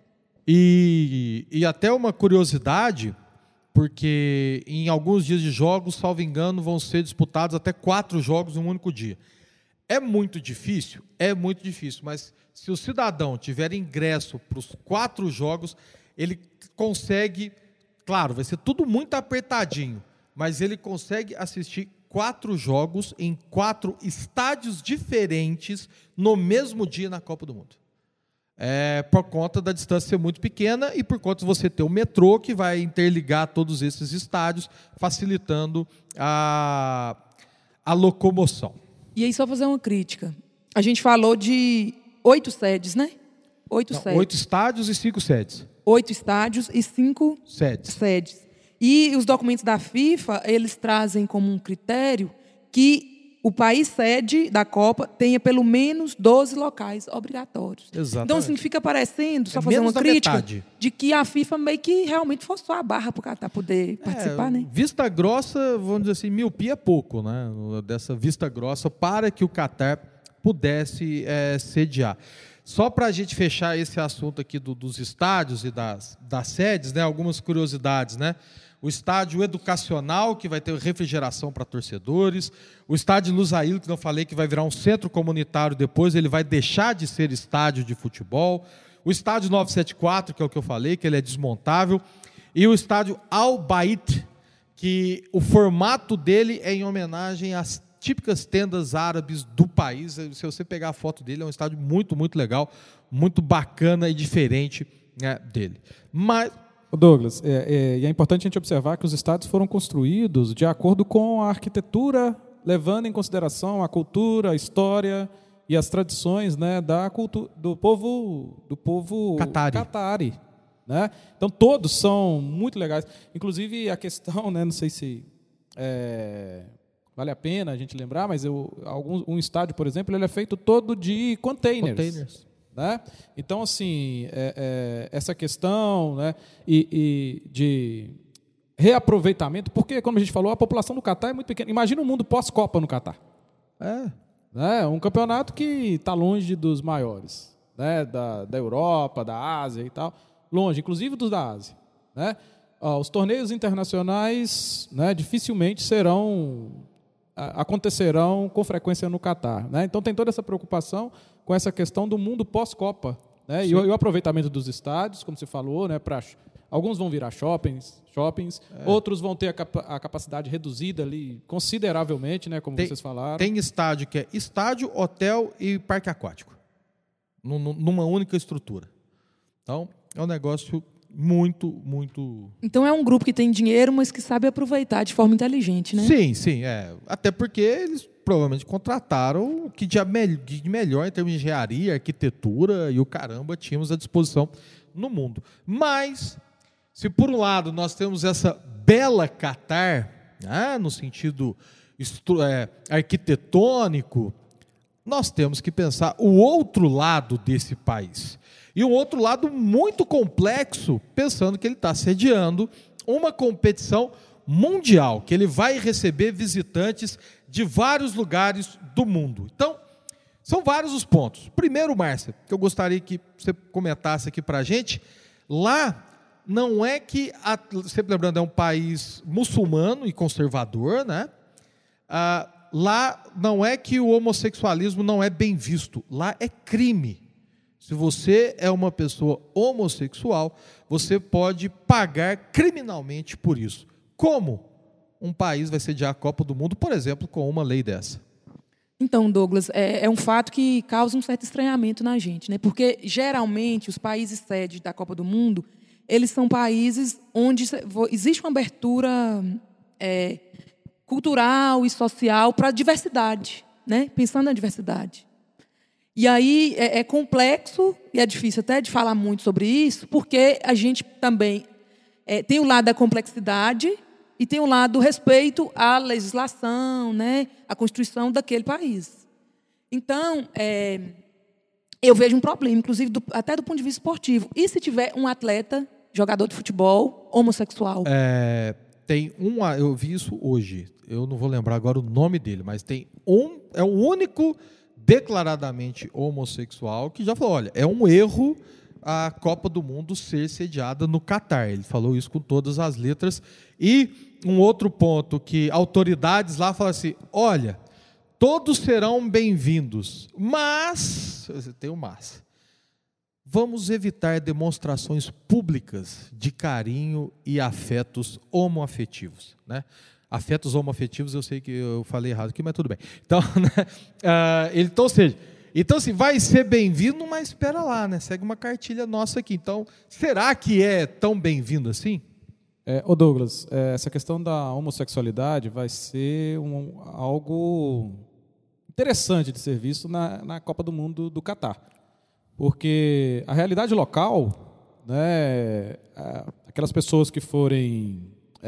E até uma curiosidade, porque em alguns dias de jogos, salvo engano, vão ser disputados até 4 jogos em um único dia. É muito difícil, mas se o cidadão tiver ingresso para os 4 jogos, ele consegue, claro, vai ser tudo muito apertadinho, mas ele consegue assistir 4 jogos em 4 estádios diferentes no mesmo dia na Copa do Mundo. Por conta da distância ser muito pequena e por conta de você ter o metrô que vai interligar todos esses estádios, facilitando a locomoção. E aí, só fazer uma crítica. A gente falou de 8 sedes, né? 8 sedes. 8 estádios e 5 sedes. 8 estádios e 5 sedes. E os documentos da FIFA, eles trazem como um critério que o país sede da Copa tenha pelo menos 12 locais obrigatórios. Exatamente. Então, assim, fica parecendo, só fazer uma crítica, metade. De que a FIFA meio que realmente forçou a barra para o Catar poder participar, né? Vista grossa, vamos dizer assim, miopia é pouco, né? Dessa vista grossa para que o Catar pudesse sediar. Só para a gente fechar esse assunto aqui dos estádios e das sedes, né? Algumas curiosidades, né? O estádio educacional, que vai ter refrigeração para torcedores. O estádio Lusail, que eu falei que vai virar um centro comunitário depois, ele vai deixar de ser estádio de futebol. o estádio 974, que é o que eu falei, que ele é desmontável, e o estádio Al Bayt, que o formato dele é em homenagem às típicas tendas árabes do país. Se você pegar a foto dele, é um estádio muito, muito legal, muito bacana e diferente, né, dele. Mas... Douglas, é importante a gente observar que os estádios foram construídos de acordo com a arquitetura, levando em consideração a cultura, a história e as tradições, né, do povo Qatari, né? Então todos são muito legais. Inclusive a questão, né, não sei se vale a pena a gente lembrar, mas um estádio, por exemplo, ele é feito todo de containers. Né? Então, assim, essa questão, né, e de reaproveitamento, porque, como a gente falou, a população do Catar é muito pequena. Imagina um mundo pós-Copa no Catar. Né? Um campeonato que está longe dos maiores, né, da Europa, da Ásia e tal, longe, inclusive dos da Ásia. Né? Os torneios internacionais, né, dificilmente acontecerão com frequência no Catar. Né? Então, tem toda essa preocupação com essa questão do mundo pós-Copa, né? E o aproveitamento dos estádios, como você falou, né? Alguns vão virar shoppings, outros vão ter a capacidade reduzida ali consideravelmente, né? Como vocês falaram. Tem estádio que é estádio, hotel e parque aquático, numa única estrutura. Então, é um negócio muito, muito... Então, é um grupo que tem dinheiro, mas que sabe aproveitar de forma inteligente, né? Sim. Até porque eles provavelmente contrataram o que de melhor em termos de engenharia, arquitetura e o caramba tínhamos à disposição no mundo. Mas, se por um lado nós temos essa bela Catar, né, no sentido arquitetônico, nós temos que pensar o outro lado desse país. E um outro lado muito complexo, pensando que ele está sediando uma competição mundial, que ele vai receber visitantes de vários lugares do mundo. Então, são vários os pontos. Primeiro, Márcia, que eu gostaria que você comentasse aqui para a gente, lá não é que, sempre lembrando, é um país muçulmano e conservador, né? Lá não é que o homossexualismo não é bem visto, lá é crime. Se você é uma pessoa homossexual, você pode pagar criminalmente por isso. Como um país vai sediar a Copa do Mundo, por exemplo, com uma lei dessa? Então, Douglas, é um fato que causa um certo estranhamento na gente, né? Porque, geralmente, os países sede da Copa do Mundo, eles são países onde existe uma abertura cultural e social para a diversidade, né? Pensando na diversidade. E aí é complexo e é difícil até de falar muito sobre isso, porque a gente também tem o lado da complexidade e tem o lado do respeito à legislação, né, à Constituição daquele país. Então, eu vejo um problema, inclusive até do ponto de vista esportivo. E se tiver um atleta, jogador de futebol, homossexual? Eu vi isso hoje, eu não vou lembrar agora o nome dele, mas é o único declaradamente homossexual que já falou, olha, é um erro a Copa do Mundo ser sediada no Catar. Ele falou isso com todas as letras. E um outro ponto que autoridades lá falam assim, olha, todos serão bem-vindos, mas, tem um mas, vamos evitar demonstrações públicas de carinho e afetos homoafetivos, né? Afetos homoafetivos, eu sei que eu falei errado aqui, mas tudo bem. Então, né, então assim, vai ser bem-vindo, mas espera lá, né? Segue uma cartilha nossa aqui. Então, será que é tão bem-vindo assim? Douglas, essa questão da homossexualidade vai ser algo interessante de ser visto na Copa do Mundo do Catar. Porque a realidade local, né, aquelas pessoas que forem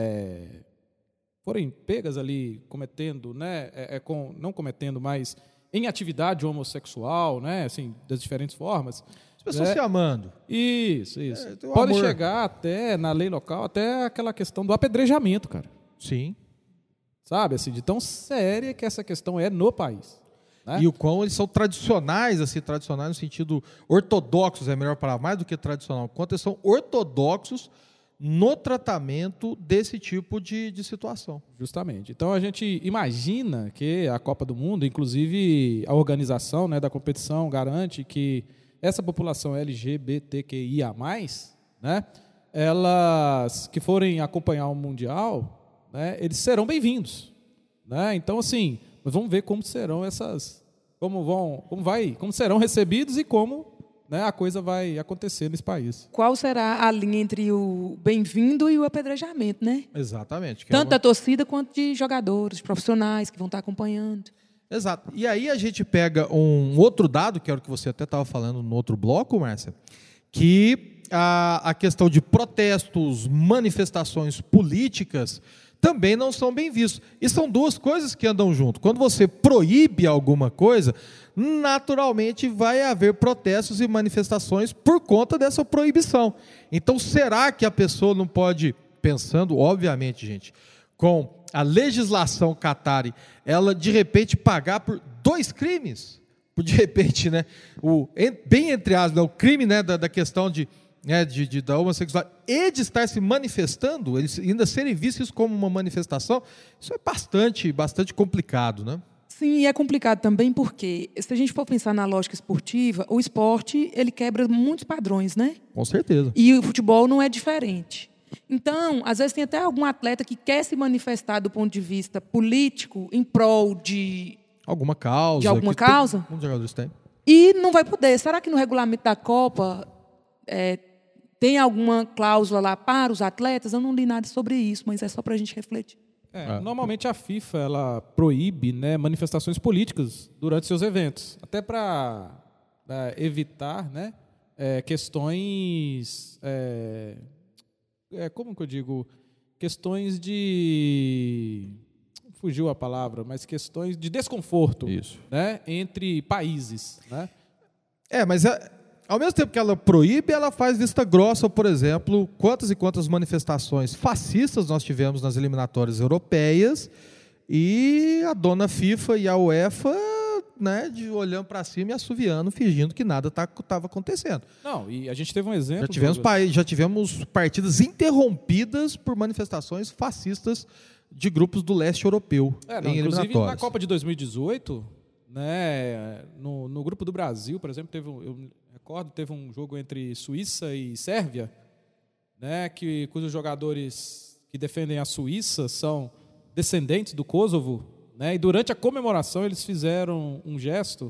pegas ali cometendo, né, não cometendo, mas em atividade homossexual, né, assim, das diferentes formas. As pessoas se amando. Isso. Pode amor. chegar até, na lei local, até aquela questão do apedrejamento, cara. Sim. Sabe, assim, de tão séria que essa questão é no país. Né? E o quão eles são tradicionais, assim, tradicionais no sentido ortodoxos, é melhor falar mais do que tradicional, quanto eles são ortodoxos no tratamento desse tipo de situação. Justamente. Então, a gente imagina que a Copa do Mundo, inclusive a organização, né, da competição, garante que essa população LGBTQIA+, né, elas que forem acompanhar o Mundial, né, eles serão bem-vindos, né? Então, assim, nós vamos ver como serão como serão recebidos e como, né, a coisa vai acontecer nesse país. Qual será a linha entre o bem-vindo e o apedrejamento, né? Exatamente. Tanto da torcida quanto de jogadores, de profissionais que vão estar acompanhando. Exato. E aí a gente pega um outro dado, que era o que você até estava falando no outro bloco, Márcia, que a questão de protestos, manifestações políticas também não são bem vistos. E são duas coisas que andam junto. Quando você proíbe alguma coisa, naturalmente vai haver protestos e manifestações por conta dessa proibição. Então, será que a pessoa não pode, pensando, obviamente, gente, com a legislação Qatari, ela de repente pagar por 2 crimes? Por de repente, né, bem entre aspas, o crime, né, da questão da homossexualidade e de estar se manifestando, eles ainda serem vistos como uma manifestação, isso é bastante complicado, né? Sim, e é complicado também porque, se a gente for pensar na lógica esportiva, o esporte ele quebra muitos padrões, né? Com certeza. E o futebol não é diferente. Então, às vezes tem até algum atleta que quer se manifestar do ponto de vista político em prol de alguma causa. De alguma causa. Muitos jogadores têm. E não vai poder. Será que no regulamento da Copa tem alguma cláusula lá para os atletas? Eu não li nada sobre isso, mas é só para a gente refletir. Normalmente a FIFA ela proíbe, né, manifestações políticas durante seus eventos, até para evitar, né, questões, como que eu digo, questões de, fugiu a palavra, mas questões de desconforto, isso, né, entre países, né? Mas ao mesmo tempo que ela proíbe, ela faz vista grossa, por exemplo, quantas e quantas manifestações fascistas nós tivemos nas eliminatórias europeias, e a dona FIFA e a UEFA, né, olhando para cima e assoviando, fingindo que nada estava acontecendo. Não, e a gente teve um exemplo. Já tivemos partidas interrompidas por manifestações fascistas de grupos do leste europeu em eliminatórias. Inclusive, na Copa de 2018, né, no grupo do Brasil, por exemplo, teve um jogo entre Suíça e Sérvia, né, cujos jogadores que defendem a Suíça são descendentes do Kosovo, né, e durante a comemoração eles fizeram um gesto,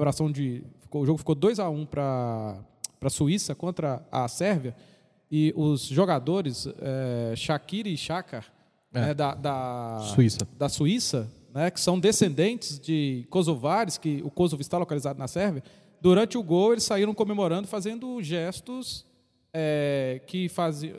o jogo ficou 2-1 para a Suíça contra a Sérvia, e os jogadores Shaqiri e Shakar, né, da Suíça, né, que são descendentes de kosovares, que o Kosovo está localizado na Sérvia, durante o gol eles saíram comemorando, fazendo gestos que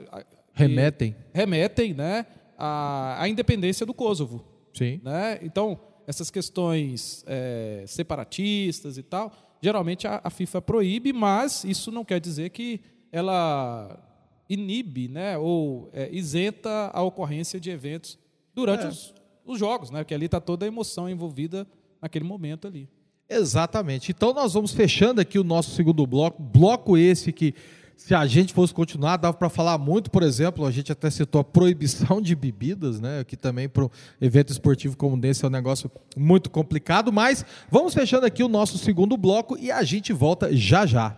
remetem, né, à independência do Kosovo. Sim. Né? Então, essas questões separatistas e tal, geralmente a FIFA proíbe, mas isso não quer dizer que ela inibe, né, ou isenta a ocorrência de eventos durante os jogos, né, porque ali está toda a emoção envolvida naquele momento ali. Exatamente. Então nós vamos fechando aqui o nosso segundo bloco esse que, se a gente fosse continuar, dava para falar muito. Por exemplo, a gente até citou a proibição de bebidas, né, que também para um evento esportivo como esse é um negócio muito complicado, mas vamos fechando aqui o nosso segundo bloco e a gente volta já já.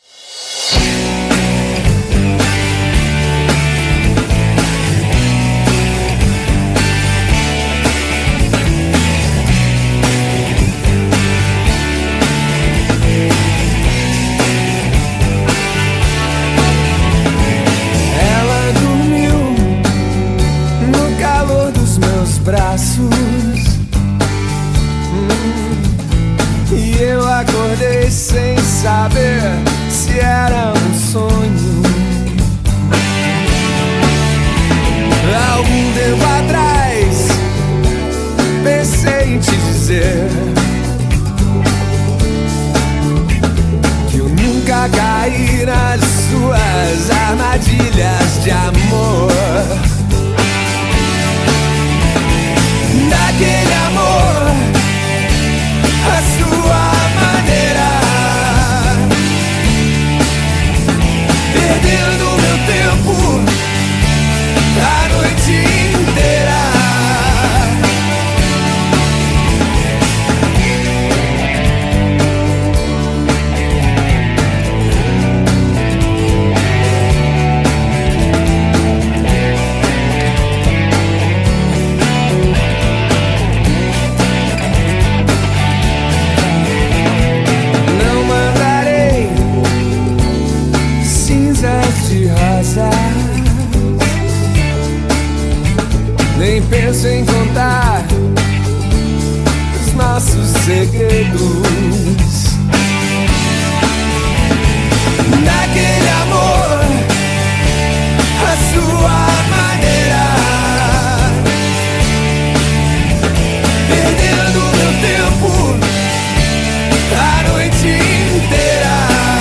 Braços, e eu acordei sem saber se era um sonho. Algum tempo atrás pensei em te dizer que eu nunca caí nas suas armadilhas de amor. Daquele amor, a sua maneira, perdendo meu tempo a noite inteira. penso em contar os nossos segredos. Naquele amor, a sua maneira, perdendo meu tempo a noite inteira.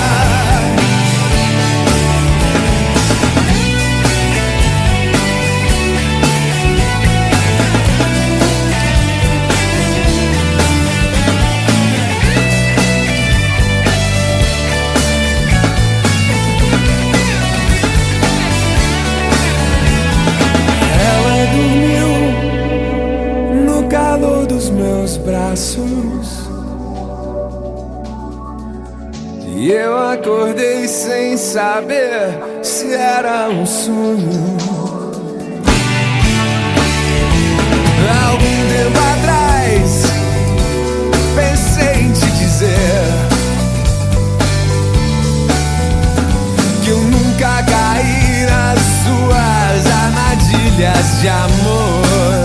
Braços, e eu acordei sem saber se era um sonho. Algum tempo atrás pensei em te dizer que eu nunca caí nas suas armadilhas de amor.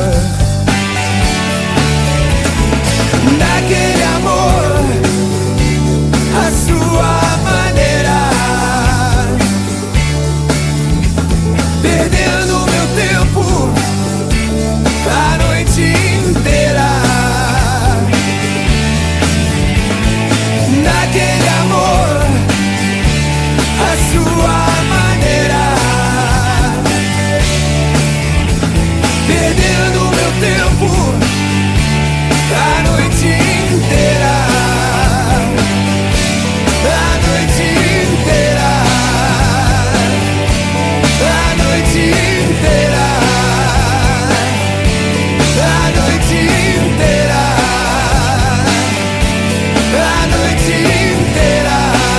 Naquele amor, a sua maneira, perdendo meu tempo a noite inteira. Naquele amor, a sua maneira, perdendo meu tempo a noite inteira, a noite inteira, a noite inteira, a noite inteira, a noite inteira.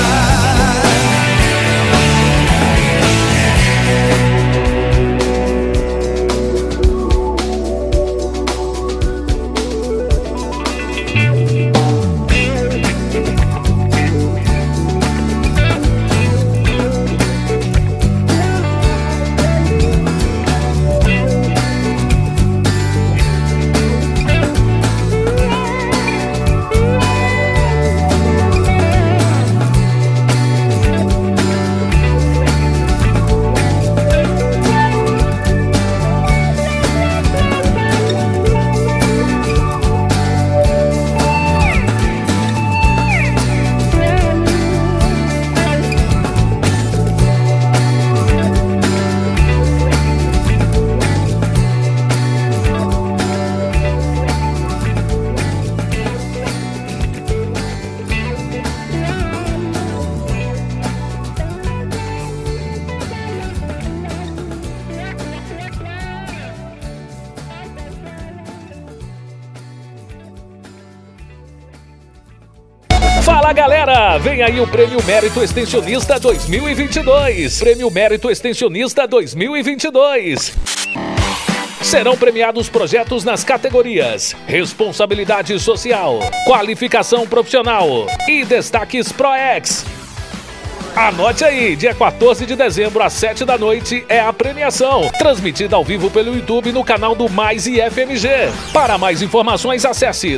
Fala galera, vem aí o Prêmio Mérito Extensionista 2022. Prêmio Mérito Extensionista 2022. Serão premiados projetos nas categorias Responsabilidade Social, Qualificação Profissional e Destaques ProEx. Anote aí, dia 14 de dezembro às 7 da noite é a premiação, transmitida ao vivo pelo YouTube no canal do Mais IFMG. Para mais informações, acesse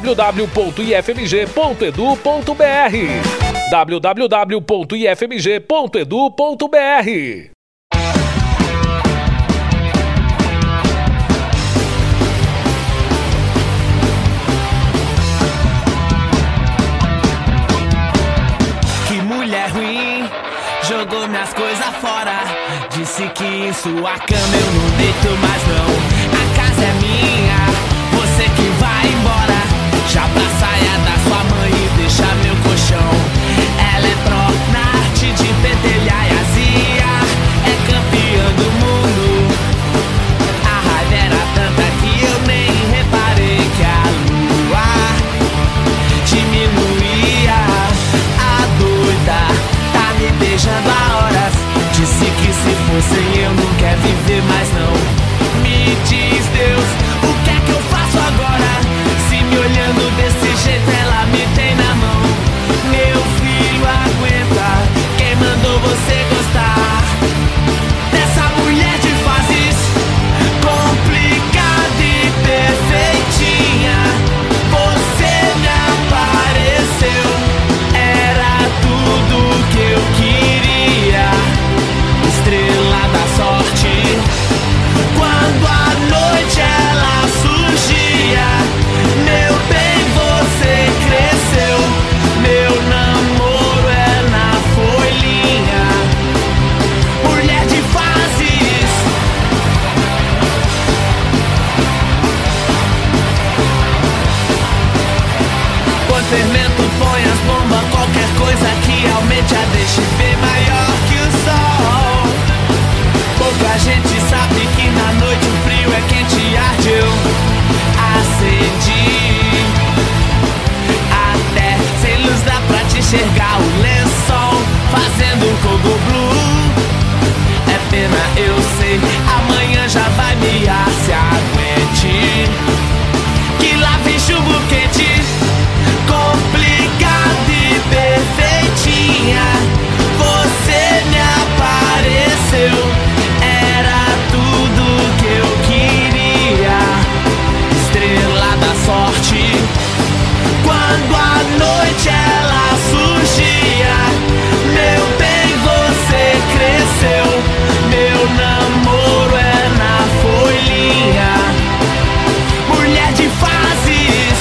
www.ifmg.edu.br www.ifmg.edu.br. Jogou minhas coisas fora, disse que em sua cama eu não deito mais não. A casa é minha, você que vai embora. Já pra saia da sua mãe e deixa meu colchão. Ela é pró na arte de pentelhar e azia, é campeã do mundo. A raiva era tanta que eu nem reparei que a lua diminuía. A doida me beijando há horas, disse que se fosse eu não quer viver mais não. Me fermento, põe as bombas, qualquer coisa que aumente a deixe bem maior que o sol. Pouca gente sabe que na noite o frio é quente e arde. Eu acendi, até sem luz dá pra te enxergar o lençol fazendo coco blue. É pena, eu sei, amanhã já vai miar, se aguente, que lá vem chumbo quente, complicada e perfeitinha. Você me apareceu, era tudo que eu queria, estrela da sorte. Quando a noite ela surgia, meu bem, você cresceu. Meu namoro é na folhinha, mulher de fases.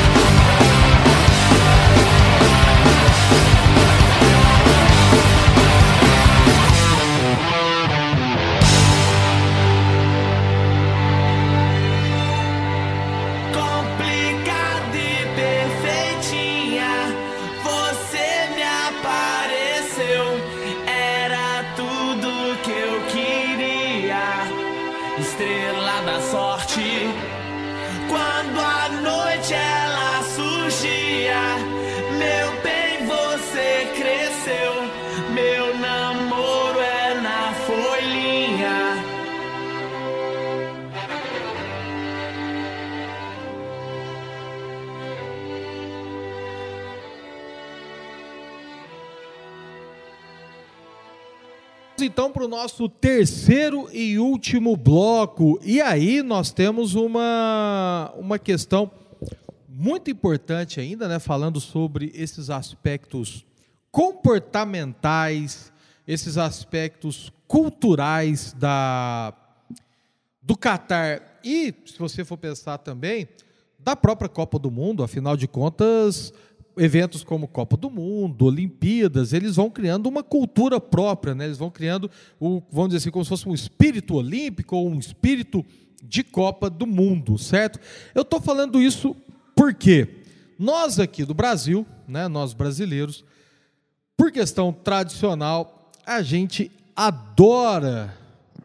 Complicada e perfeitinha, você me apareceu, era tudo que eu queria, estrela da sorte. Quando a noite ela surgia, meu bem, você cresceu. Meu namoro é na folhinha. Então, para o nosso terceiro e último bloco. E aí nós temos uma questão muito importante ainda, né? Falando sobre esses aspectos comportamentais, esses aspectos culturais do Catar. E, se você for pensar também, da própria Copa do Mundo. Afinal de contas, eventos como Copa do Mundo, Olimpíadas, eles vão criando uma cultura própria, né? Eles vão criando, vamos dizer assim, como se fosse um espírito olímpico ou um espírito de Copa do Mundo, certo? Eu estou falando isso porque nós aqui do Brasil, né, nós brasileiros, por questão tradicional, a gente adora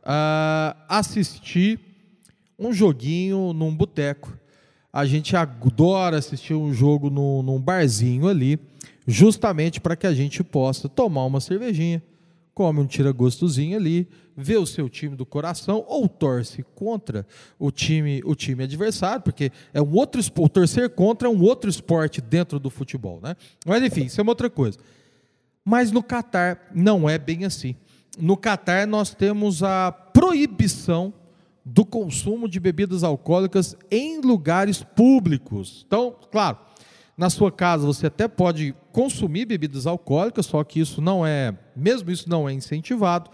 assistir um joguinho num boteco. A gente adora assistir um jogo num barzinho ali, justamente para que a gente possa tomar uma cervejinha, come um tira-gostozinho ali, vê o seu time do coração, ou torce contra o time adversário, porque é um outro esporte, torcer contra é um outro esporte dentro do futebol, né? Mas enfim, isso é uma outra coisa. Mas no Catar não é bem assim. No Catar nós temos a proibição do consumo de bebidas alcoólicas em lugares públicos. Então, claro, na sua casa você até pode consumir bebidas alcoólicas, só que isso não é, mesmo isso não é incentivado,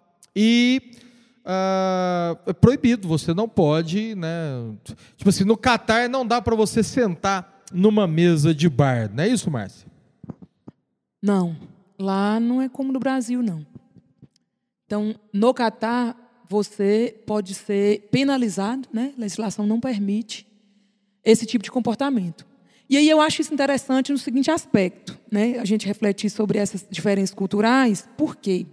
e é proibido, você não pode, né? Tipo assim, no Catar não dá para você sentar numa mesa de bar, não é isso, Márcia? Não, lá não é como no Brasil, não. Então, no Catar, você pode ser penalizado, né? A legislação não permite esse tipo de comportamento. E aí eu acho isso interessante no seguinte aspecto, né? A gente refletir sobre essas diferenças culturais, por quê?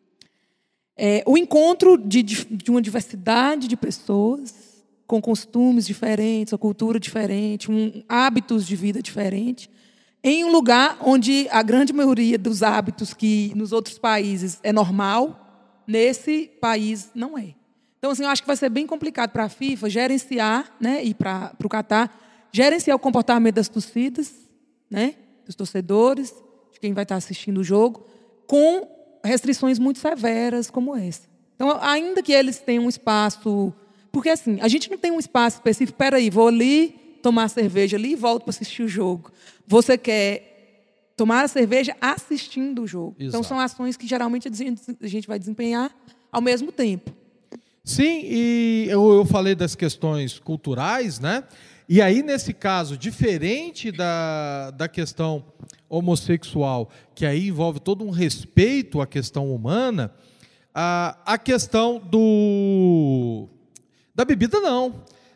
O encontro de uma diversidade de pessoas com costumes diferentes, uma cultura diferente, hábitos de vida diferentes, em um lugar onde a grande maioria dos hábitos que nos outros países é normal, nesse país não é. Então, assim, eu acho que vai ser bem complicado para a FIFA gerenciar, né, e para o Catar, gerenciar o comportamento das torcidas, né, dos torcedores, de quem vai estar assistindo o jogo, com restrições muito severas como essa. Então, ainda que eles tenham um espaço... Porque, assim, a gente não tem um espaço específico, peraí, vou ali tomar cerveja ali e volto para assistir o jogo. Você quer tomar a cerveja assistindo o jogo. Exato. Então, são ações que geralmente a gente vai desempenhar ao mesmo tempo. Sim, e eu falei das questões culturais, né? E aí, nesse caso, diferente da questão homossexual, que aí envolve todo um respeito à questão humana, a questão da bebida não.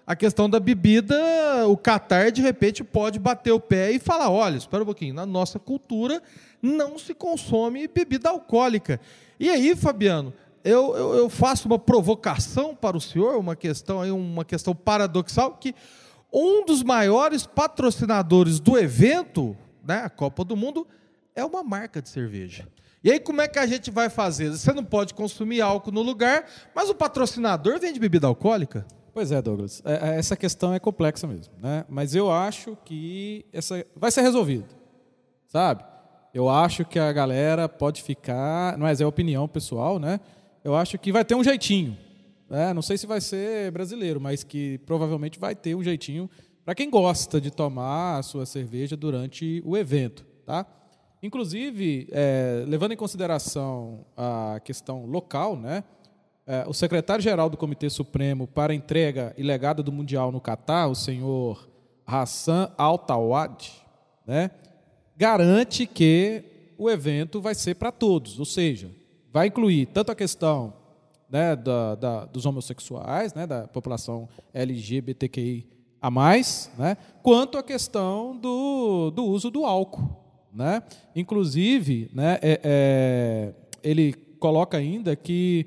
a questão da bebida, o Catar, de repente, pode bater o pé e falar, olha, espera um pouquinho, na nossa cultura não se consome bebida alcoólica. E aí, Fabiano, eu faço uma provocação para o senhor, uma questão paradoxal, que um dos maiores patrocinadores do evento, né, a Copa do Mundo, é uma marca de cerveja. E aí, como é que a gente vai fazer? Você não pode consumir álcool no lugar, mas o patrocinador vende bebida alcoólica? Pois é, Douglas. Essa questão é complexa mesmo, né? Mas eu acho que vai ser resolvido, sabe? Eu acho que a galera pode ficar, mas é opinião pessoal, né? Eu acho que vai ter um jeitinho, né? Não sei se vai ser brasileiro, mas que provavelmente vai ter um jeitinho para quem gosta de tomar a sua cerveja durante o evento, tá? Inclusive, levando em consideração a questão local, né? O secretário-geral do Comitê Supremo para a Entrega e Legado do Mundial no Catar, o senhor Hassan Al-Tawad, né, garante que o evento vai ser para todos, ou seja, vai incluir tanto a questão, né, dos homossexuais, né, da população LGBTQI a mais, né, quanto a questão do uso do álcool, né? Inclusive, né, ele coloca ainda que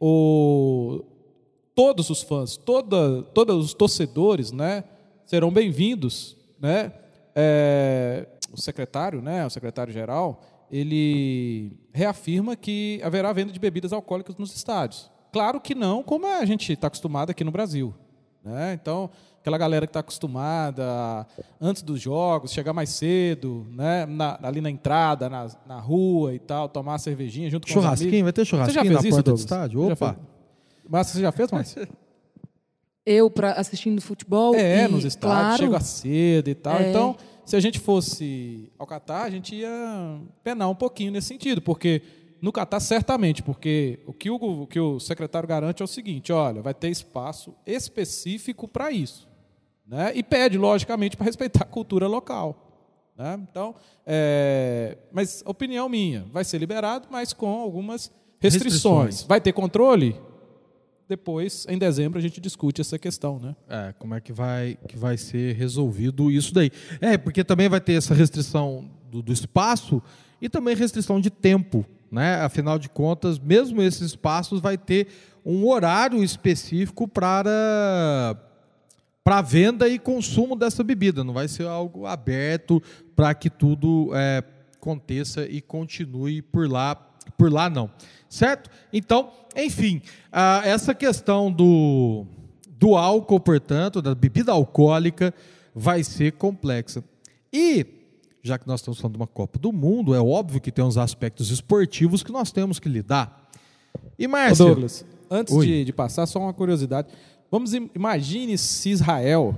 todos os fãs, todos os torcedores, né, serão bem-vindos, né? O secretário-geral, ele reafirma que haverá venda de bebidas alcoólicas nos estádios. Claro que não, como a gente está acostumado aqui no Brasil, né? Então, aquela galera que está acostumada, antes dos jogos, chegar mais cedo, né, ali na entrada, na rua e tal, tomar uma cervejinha junto com os amigos. Vai ter churrasquinho na porta do estádio? Opa! Márcia, você já fez, Márcia? Eu, assistindo futebol? Nos estádios, claro, chega cedo e tal. Então, se a gente fosse ao Catar, a gente ia penar um pouquinho nesse sentido, porque no Catar, certamente, porque o que o secretário garante é o seguinte, olha, vai ter espaço específico para isso, né? E pede, logicamente, para respeitar a cultura local, né? Então, mas opinião minha, vai ser liberado, mas com algumas restrições. Vai ter controle? Depois, em dezembro, a gente discute essa questão, né? Como é que vai ser resolvido isso daí? Porque também vai ter essa restrição do espaço e também restrição de tempo, né? Afinal de contas, mesmo esses espaços vai ter um horário específico para venda e consumo dessa bebida. Não vai ser algo aberto para que tudo aconteça e continue por lá não. Certo? Então, enfim, essa questão do álcool, portanto, da bebida alcoólica, vai ser complexa. E, já que nós estamos falando de uma Copa do Mundo, é óbvio que tem uns aspectos esportivos que nós temos que lidar. E, Márcio... Douglas, antes de passar, só uma curiosidade. Imagine se Israel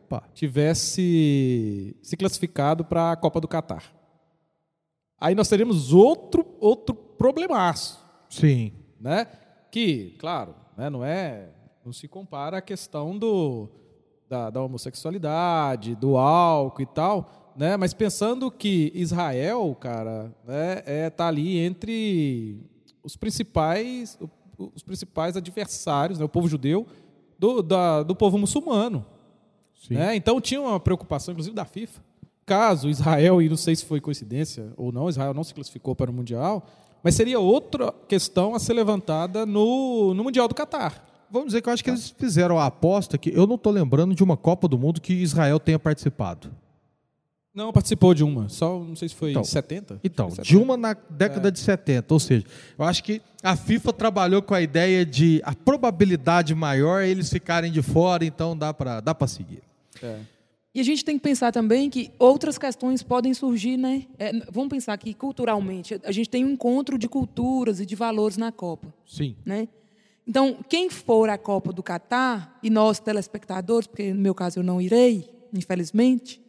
tivesse se classificado para a Copa do Catar. Aí nós teríamos outro problemaço. Sim. Né? Que, claro, né, não se compara à questão da homossexualidade, do álcool e tal, né? Mas pensando que Israel, cara, né, tá ali entre os principais adversários, né, o povo judeu, do povo muçulmano. Né? Então tinha uma preocupação, inclusive, da FIFA. Caso Israel, e não sei se foi coincidência ou não, Israel não se classificou para o Mundial, mas seria outra questão a ser levantada no Mundial do Catar. Vamos dizer que eu acho que eles fizeram a aposta que eu não estou lembrando de uma Copa do Mundo que Israel tenha participado. Não, participou de uma, só não sei se foi 70. Então, de uma na década de 70, ou seja, eu acho que a FIFA trabalhou com a ideia de a probabilidade maior é eles ficarem de fora, então dá para seguir. E a gente tem que pensar também que outras questões podem surgir, né? Vamos pensar que culturalmente a gente tem um encontro de culturas e de valores na Copa. Sim. Né? Então, quem for à Copa do Catar, e nós telespectadores, porque no meu caso eu não irei, infelizmente,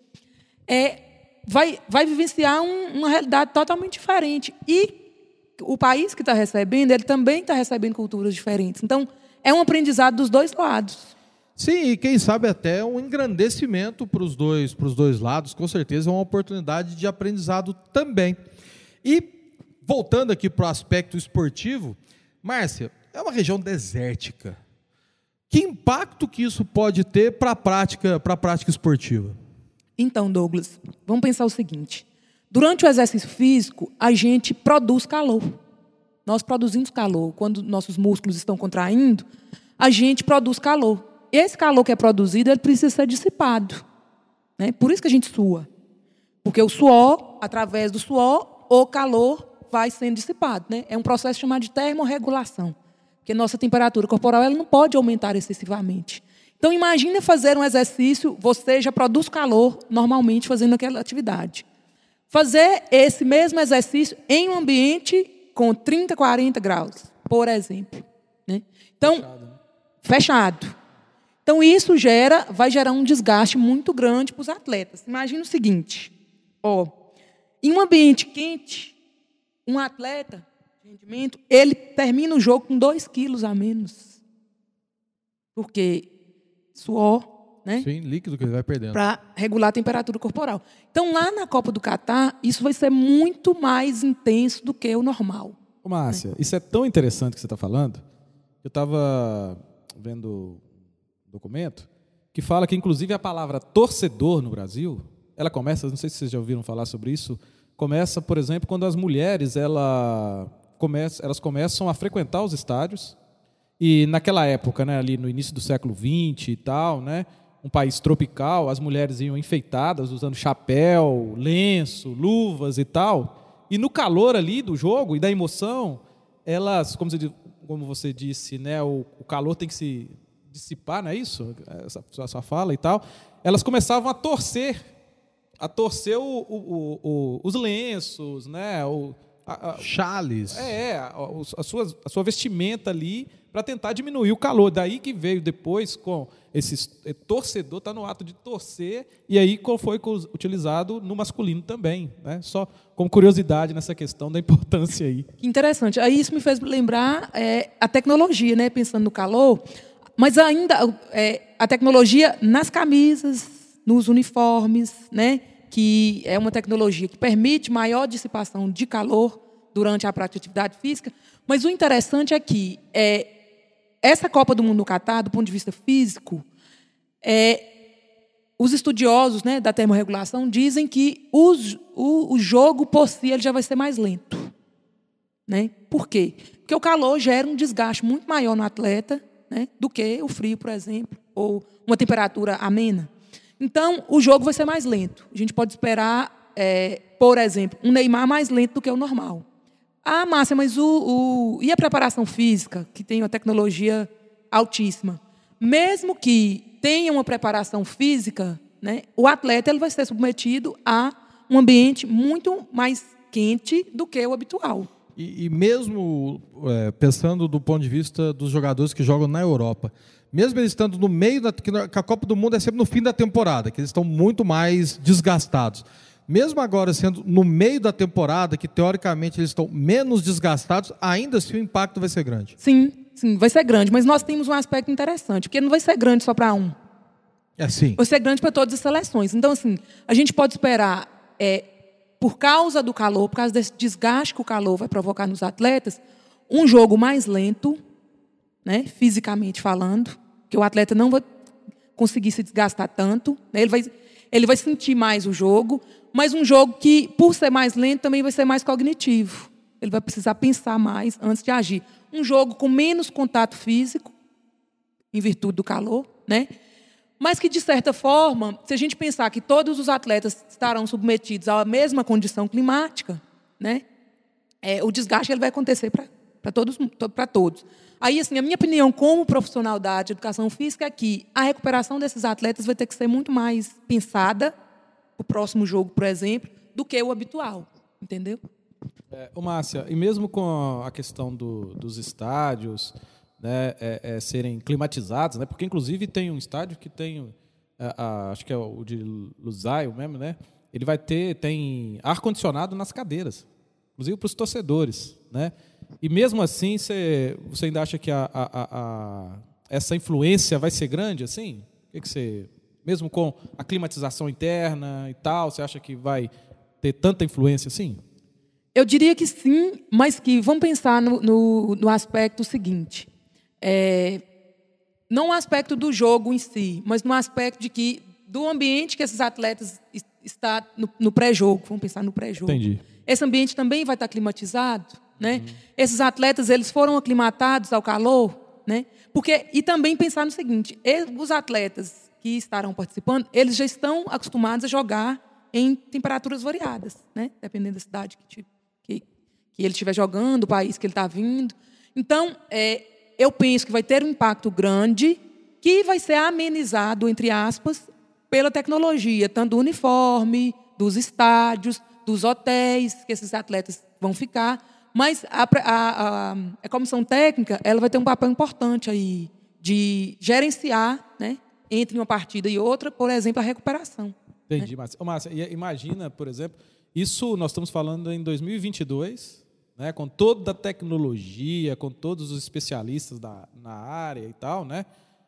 vai vivenciar uma realidade totalmente diferente. E o país que está recebendo, ele também está recebendo culturas diferentes. Então, é um aprendizado dos dois lados. Sim, e quem sabe até um engrandecimento para os dois lados, com certeza é uma oportunidade de aprendizado também. E, voltando aqui para o aspecto esportivo, Márcia, é uma região desértica. Que impacto que isso pode ter para a prática esportiva? Então, Douglas, vamos pensar o seguinte. Durante o exercício físico, a gente produz calor. Nós produzimos calor. Quando nossos músculos estão contraindo, a gente produz calor. Esse calor que é produzido, ele precisa ser dissipado, né? Por isso que a gente sua. Porque o suor, através do suor, o calor vai sendo dissipado, né? É um processo chamado de termorregulação. Porque nossa temperatura corporal ela não pode aumentar excessivamente. Então, imagine fazer um exercício, você já produz calor normalmente fazendo aquela atividade. Fazer esse mesmo exercício em um ambiente com 30, 40 graus, por exemplo, né? Então, fechado. Então, isso vai gerar um desgaste muito grande para os atletas. Imagina o seguinte, em um ambiente quente, um atleta de rendimento, ele termina o jogo com 2 quilos a menos. Porque suor, né? Sim, líquido que ele vai perdendo. Para regular a temperatura corporal. Então, lá na Copa do Catar, isso vai ser muito mais intenso do que o normal. Ô, Márcia, isso é tão interessante que você está falando. Eu estava vendo um documento que fala que, inclusive, a palavra torcedor no Brasil, ela começa, não sei se vocês já ouviram falar sobre isso, começa, por exemplo, quando as mulheres elas começam a frequentar os estádios. E naquela época, né, ali no início do século XX e tal, né, um país tropical, as mulheres iam enfeitadas, usando chapéu, lenço, luvas e tal. E no calor ali do jogo e da emoção, elas, como você disse, né, o calor tem que se dissipar, não é isso? Essa sua fala e tal. Elas começavam a torcer os lenços, né, chales. A sua vestimenta ali para tentar diminuir o calor. Daí que veio depois com esse torcedor, está no ato de torcer, e aí foi utilizado no masculino também, né? Só como curiosidade nessa questão da importância aí. Que interessante. Aí isso me fez lembrar a tecnologia, né? Pensando no calor, mas ainda a tecnologia nas camisas, nos uniformes, né? Que é uma tecnologia que permite maior dissipação de calor durante a prática de atividade física. Mas o interessante é que essa Copa do Mundo no Catar, do ponto de vista físico, os estudiosos, né, da termorregulação dizem que o jogo por si ele já vai ser mais lento, né? Por quê? Porque o calor gera um desgaste muito maior no atleta, né, do que o frio, por exemplo, ou uma temperatura amena. Então, o jogo vai ser mais lento. A gente pode esperar, por exemplo, um Neymar mais lento do que o normal. Ah, Márcia, mas e a preparação física, que tem uma tecnologia altíssima? Mesmo que tenha uma preparação física, né, o atleta ele vai ser submetido a um ambiente muito mais quente do que o habitual. E mesmo pensando do ponto de vista dos jogadores que jogam na Europa, mesmo eles estando no meio que a Copa do Mundo é sempre no fim da temporada, que eles estão muito mais desgastados. Mesmo agora sendo no meio da temporada, que teoricamente eles estão menos desgastados, ainda assim o impacto vai ser grande. Sim, vai ser grande, mas nós temos um aspecto interessante, porque não vai ser grande só para um. Sim. Vai ser grande para todas as seleções. Então, assim, a gente pode esperar, por causa do calor, por causa desse desgaste que o calor vai provocar nos atletas, um jogo mais lento, né, fisicamente falando, que o atleta não vai conseguir se desgastar tanto, né, ele vai sentir mais o jogo, mas um jogo que, por ser mais lento, também vai ser mais cognitivo. Ele vai precisar pensar mais antes de agir. Um jogo com menos contato físico, em virtude do calor, né? Mas que, de certa forma, se a gente pensar que todos os atletas estarão submetidos à mesma condição climática, né, o desgaste ele vai acontecer para todos. Aí, assim, a minha opinião como profissional da área de educação física é que a recuperação desses atletas vai ter que ser muito mais pensada, o próximo jogo, por exemplo, do que o habitual, entendeu? Márcia, e mesmo com a questão dos estádios, né, serem climatizados, né, porque inclusive tem um estádio que tem, acho que é o de Lusail mesmo, né, ele tem ar-condicionado nas cadeiras, inclusive para os torcedores, né? E mesmo assim, você ainda acha que essa influência vai ser grande, assim? O que você, mesmo com a climatização interna e tal, você acha que vai ter tanta influência assim? Eu diria que sim, mas que vamos pensar no aspecto seguinte. não no aspecto do jogo em si, mas no aspecto de que do ambiente que esses atletas está no pré-jogo, vamos pensar no pré-jogo. Entendi. Esse ambiente também vai estar climatizado, né? Esses atletas, eles foram aclimatados ao calor, né? E também pensar no seguinte, os atletas que estarão participando, eles já estão acostumados a jogar em temperaturas variadas, né? Dependendo da cidade que ele estiver jogando, o país que ele está vindo. Então, eu penso que vai ter um impacto grande que vai ser amenizado, entre aspas, pela tecnologia, tanto do uniforme, dos estádios, dos hotéis que esses atletas vão ficar. Mas a comissão técnica ela vai ter um papel importante aí de gerenciar, né, entre uma partida e outra, por exemplo, a recuperação. Entendi, né? Márcia, imagina, por exemplo, isso nós estamos falando em 2022, né, com toda a tecnologia, com todos os especialistas na área e tal, né?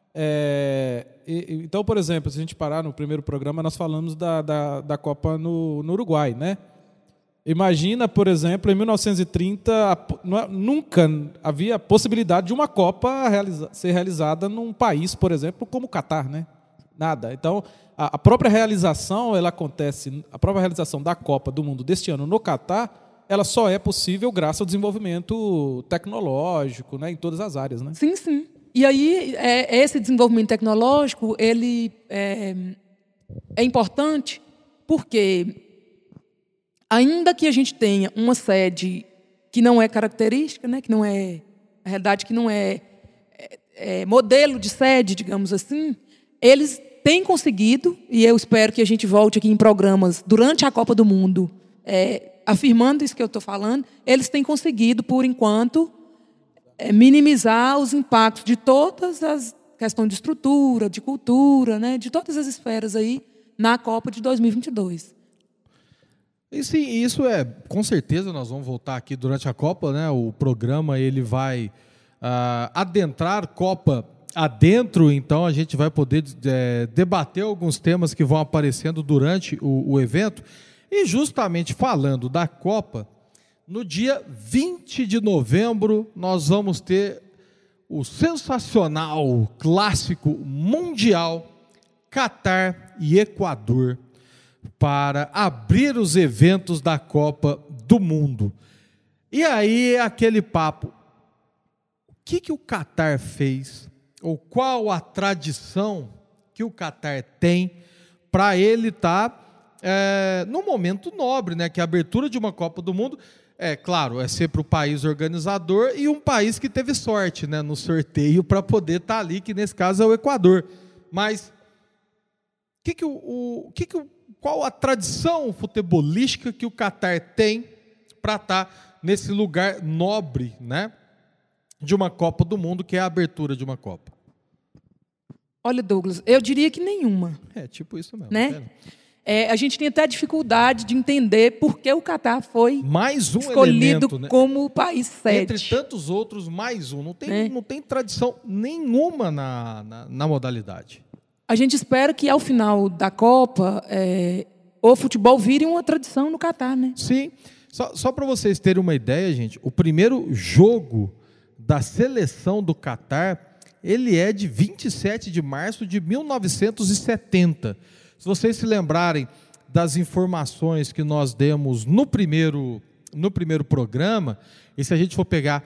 Então, por exemplo, se a gente parar no primeiro programa, nós falamos da Copa no Uruguai, né? Imagina, por exemplo, em 1930, nunca havia possibilidade de uma Copa ser realizada num país, por exemplo, como o Catar, né? Nada. Então, a própria realização, ela acontece, a própria realização da Copa do Mundo deste ano no Catar, ela só é possível graças ao desenvolvimento tecnológico, né, em todas as áreas, né? Sim, sim. E aí, esse desenvolvimento tecnológico, ele é importante porque, ainda que a gente tenha uma sede que não é característica, né, que não é, na realidade, que não é modelo de sede, digamos assim, eles têm conseguido, e eu espero que a gente volte aqui em programas durante a Copa do Mundo, afirmando isso que eu estou falando, eles têm conseguido, por enquanto, minimizar os impactos de todas as questões de estrutura, de cultura, né, de todas as esferas aí na Copa de 2022. E sim, isso com certeza nós vamos voltar aqui durante a Copa, né? O programa ele vai adentrar Copa adentro, então a gente vai poder debater alguns temas que vão aparecendo durante o evento. E justamente falando da Copa, no dia 20 de novembro nós vamos ter o sensacional clássico mundial Catar e Equador, para abrir os eventos da Copa do Mundo. E aí aquele papo, o que o Catar fez, ou qual a tradição que o Catar tem para ele estar num momento nobre, né, que a abertura de uma Copa do Mundo, claro, é sempre o país organizador e um país que teve sorte, né, no sorteio para poder estar ali, que nesse caso é o Equador. Mas qual a tradição futebolística que o Catar tem para estar nesse lugar nobre, né, de uma Copa do Mundo, que é a abertura de uma Copa? Olha, Douglas, eu diria que nenhuma. Tipo isso mesmo. Né? A gente tem até dificuldade de entender por que o Catar foi mais um escolhido elemento, né, como o país sede. Entre tantos outros, mais um. Não tem tradição nenhuma na modalidade. A gente espera que, ao final da Copa, o futebol vire uma tradição no Catar, né? Sim. Só para vocês terem uma ideia, gente, o primeiro jogo da seleção do Catar, ele é de 27 de março de 1970. Se vocês se lembrarem das informações que nós demos no primeiro programa, e se a gente for pegar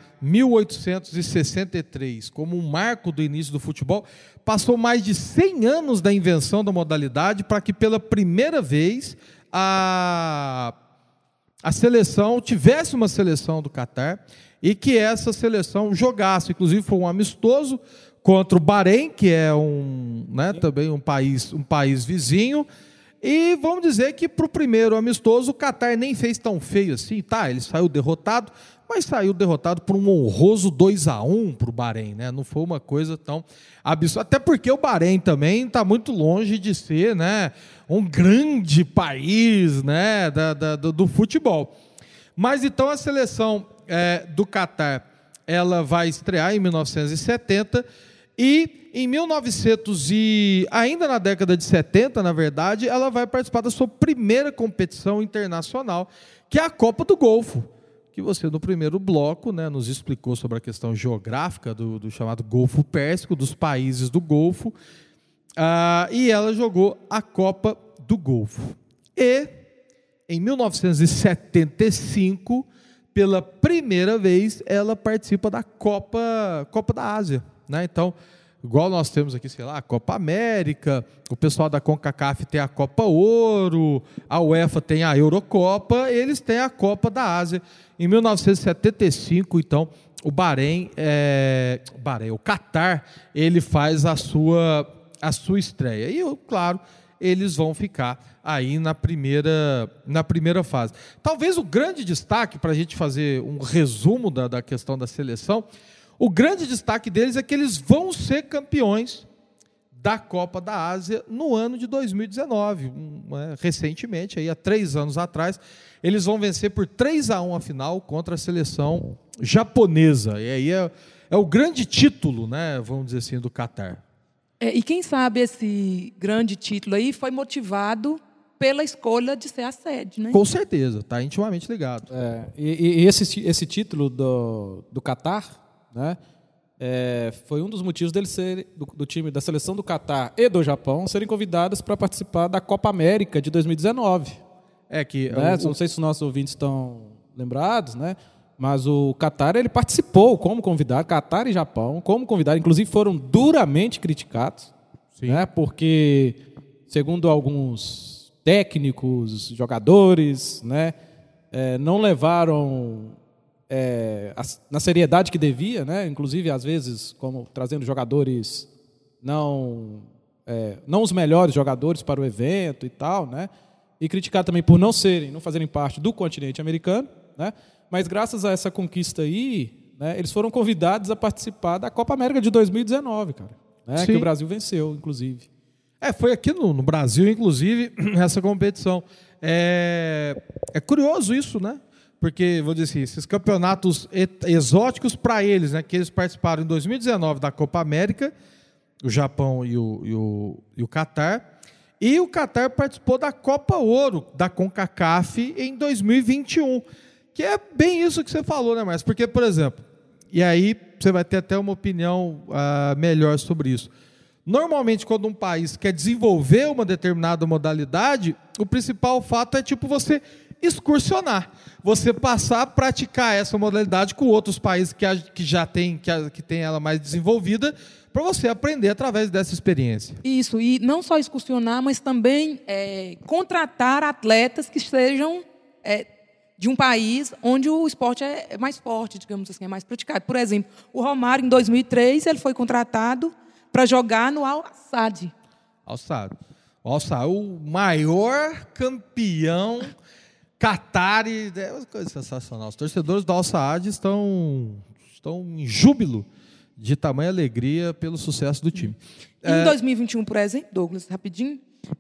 1863 como um marco do início do futebol, passou mais de 100 anos da invenção da modalidade para que pela primeira vez a seleção tivesse uma seleção do Catar e que essa seleção jogasse. Inclusive foi um amistoso contra o Bahrein, que é também um país vizinho. E vamos dizer que para o primeiro amistoso o Catar nem fez tão feio assim, tá? Ele saiu derrotado, mas saiu derrotado por um honroso 2-1 para o Bahrein, né? Não foi uma coisa tão absurda, até porque o Bahrein também está muito longe de ser, né, um grande país, né, do futebol. Mas então a seleção do Catar, ela vai estrear em 1970 e em 1900 ainda na década de 70, na verdade, ela vai participar da sua primeira competição internacional, que é a Copa do Golfo. que você, no primeiro bloco, né, nos explicou sobre a questão geográfica do chamado Golfo Pérsico, dos países do Golfo, e ela jogou a Copa do Golfo. E, em 1975, pela primeira vez, ela participa da Copa da Ásia, né? Então, igual nós temos aqui, sei lá, a Copa América, o pessoal da CONCACAF tem a Copa Ouro, a UEFA tem a Eurocopa, eles têm a Copa da Ásia. Em 1975, então, o Catar, ele faz a sua estreia. E, claro, eles vão ficar aí na primeira fase. Talvez o grande destaque, para a gente fazer um resumo da questão da seleção, o grande destaque deles é que eles vão ser campeões da Copa da Ásia no ano de 2019. Recentemente, aí, há 3 anos atrás, eles vão vencer por 3-1 a final contra a seleção japonesa. E aí é o grande título, né, vamos dizer assim, do Catar. E quem sabe esse grande título aí foi motivado pela escolha de ser a sede, né? Com certeza, está intimamente ligado. E esse título do Catar, né, foi um dos motivos dele ser do time da seleção do Catar e do Japão serem convidados para participar da Copa América de 2019. Não sei se os nossos ouvintes estão lembrados, né? Mas o Catar, ele participou como convidado, Catar e Japão, como convidado, inclusive foram duramente criticados, né? Porque, segundo alguns técnicos, jogadores, né, não levaram na seriedade que devia, né? Inclusive, às vezes, como trazendo jogadores não os melhores jogadores para o evento e tal, né? E criticar também por não fazerem parte do continente americano, né? Mas graças a essa conquista aí, né, eles foram convidados a participar da Copa América de 2019, cara, né? Que o Brasil venceu, inclusive. Foi aqui no Brasil, inclusive, essa competição. É curioso isso, né? Porque, vou dizer assim, esses campeonatos exóticos para eles, né, que eles participaram em 2019 da Copa América, o Japão e o Catar, e o Catar participou da Copa Ouro, da CONCACAF, em 2021, que é bem isso que você falou, né, Márcio? Porque, por exemplo, e aí você vai ter até uma opinião melhor sobre isso. Normalmente, quando um país quer desenvolver uma determinada modalidade, o principal fato é tipo você excursionar, você passar a praticar essa modalidade com outros países que já tem ela mais desenvolvida, para você aprender através dessa experiência. Isso, e não só excursionar, mas também contratar atletas que sejam de um país onde o esporte é mais forte, digamos assim, é mais praticado. Por exemplo, o Romário, em 2003, ele foi contratado para jogar no Al-Sadd. O maior campeão Qatari, é uma coisa sensacional. Os torcedores do Al-Sadd estão em júbilo de tamanha alegria pelo sucesso do time. Em 2021, por exemplo, Douglas, rapidinho,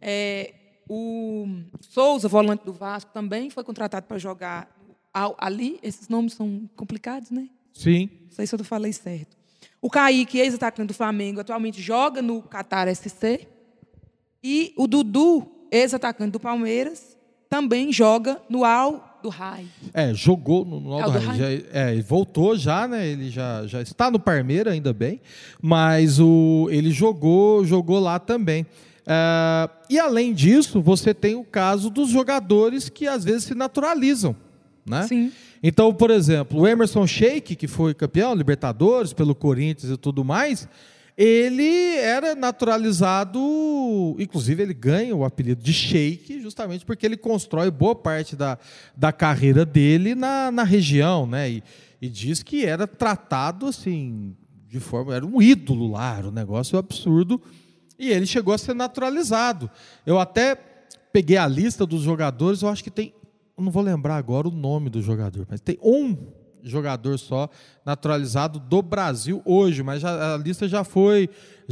o Souza, volante do Vasco, também foi contratado para jogar ali. Esses nomes são complicados, né? Sim. Não sei se eu falei certo. O Kaique, ex-atacante do Flamengo, atualmente joga no Qatar SC. E o Dudu, ex-atacante do Palmeiras, também joga no Al-Duhail. Jogou no Al-Duhail. Ele voltou já, né? Ele já está no Palmeiras, ainda bem. Mas ele jogou lá também. E, além disso, você tem o caso dos jogadores que, às vezes, se naturalizam, né? Sim. Então, por exemplo, o Emerson Sheik, que foi campeão Libertadores pelo Corinthians e tudo mais, ele era naturalizado, inclusive ele ganha o apelido de Sheik, justamente porque ele constrói boa parte da carreira dele na região, né? E diz que era tratado assim, era um ídolo lá, era um negócio absurdo, e ele chegou a ser naturalizado. Eu até peguei a lista dos jogadores, eu acho que tem, eu não vou lembrar agora o nome do jogador, mas tem um jogador só naturalizado do Brasil hoje, mas a lista já foi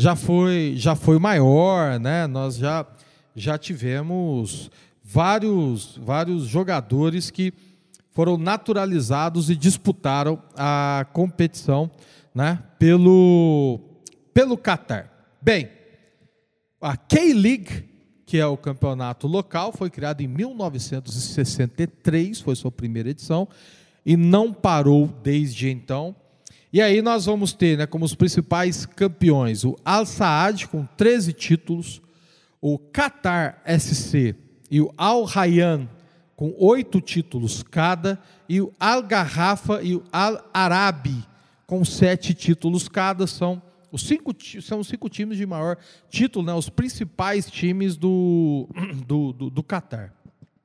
maior, né? Nós já tivemos vários jogadores que foram naturalizados e disputaram a competição, né? Pelo Catar. Bem, a K-League, que é o campeonato local, foi criado em 1963, foi sua primeira edição. e não parou desde então. E aí nós vamos ter, né, como os principais campeões o Al Saad com 13 títulos, o Qatar SC e o Al Rayyan com 8 títulos cada, e o Al Garrafa e o Al Arabi com 7 títulos cada. São os 5 times de maior título, né, os principais times do Qatar.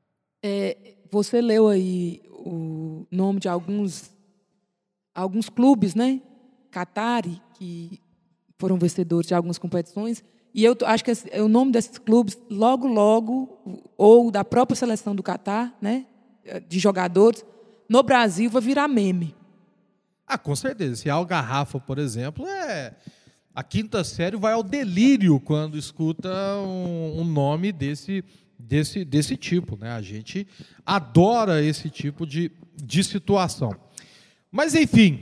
Você leu aí o nome de alguns clubes, né, Qatari, que foram vencedores de algumas competições, e eu acho que o nome desses clubes, logo, ou da própria seleção do Qatar, né, de jogadores, no Brasil vai virar meme. Com certeza. Esse Al Garrafa, por exemplo, a quinta série vai ao delírio quando escuta um nome desse tipo, né? A gente adora esse tipo de situação. Mas, enfim,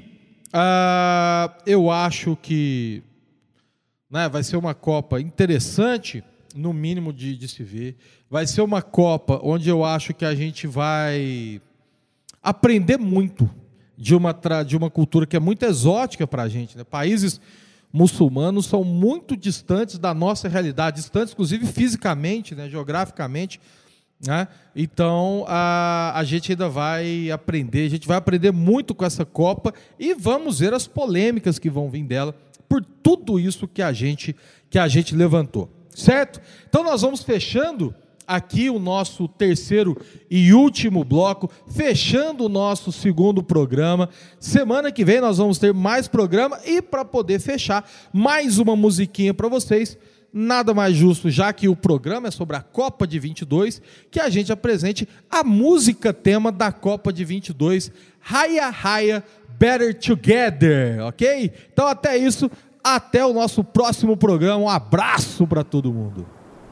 eu acho que, né, vai ser uma Copa interessante, no mínimo de se ver. Vai ser uma Copa onde eu acho que a gente vai aprender muito de uma cultura que é muito exótica para a gente, né? Países muçulmanos são muito distantes da nossa realidade, distantes inclusive fisicamente, né, geograficamente, né? Então a gente ainda vai aprender, a gente vai aprender muito com essa Copa e vamos ver as polêmicas que vão vir dela por tudo isso que a gente levantou, certo? Então nós vamos fechando aqui o nosso terceiro e último bloco, fechando o nosso segundo programa. Semana que vem nós vamos ter mais programa, e para poder fechar, mais uma musiquinha para vocês. Nada mais justo, já que o programa é sobre a Copa de 22, que a gente apresente a música tema da Copa de 22, Haya Haya Better Together, ok? Então até o nosso próximo programa. Um abraço para todo mundo.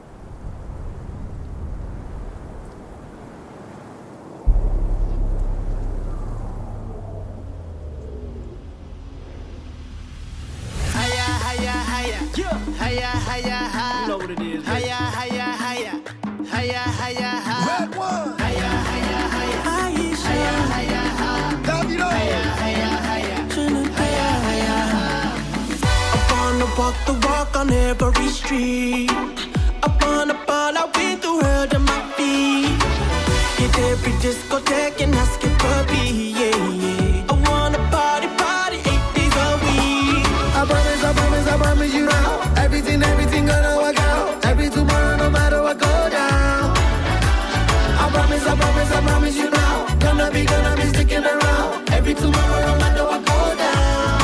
Hiya, hiya, hi. You know what it is. Hiya, hiya, hiya. Hiya, hiya, hi. Red one. Hiya, hiya, hiya. Hiya, hiya, hi. Hiya, hiya, hiya. Hiya, hiya, hi. I wanna walk the walk on every street. I wanna ball out with the world at my feet. Get every discotheque and ask it for me, yeah. I wanna party 8 days a week. I promise you now. Everything gonna work out. Every tomorrow, no matter what go down. I promise you now. Gonna be sticking around. Every tomorrow, no matter what go down.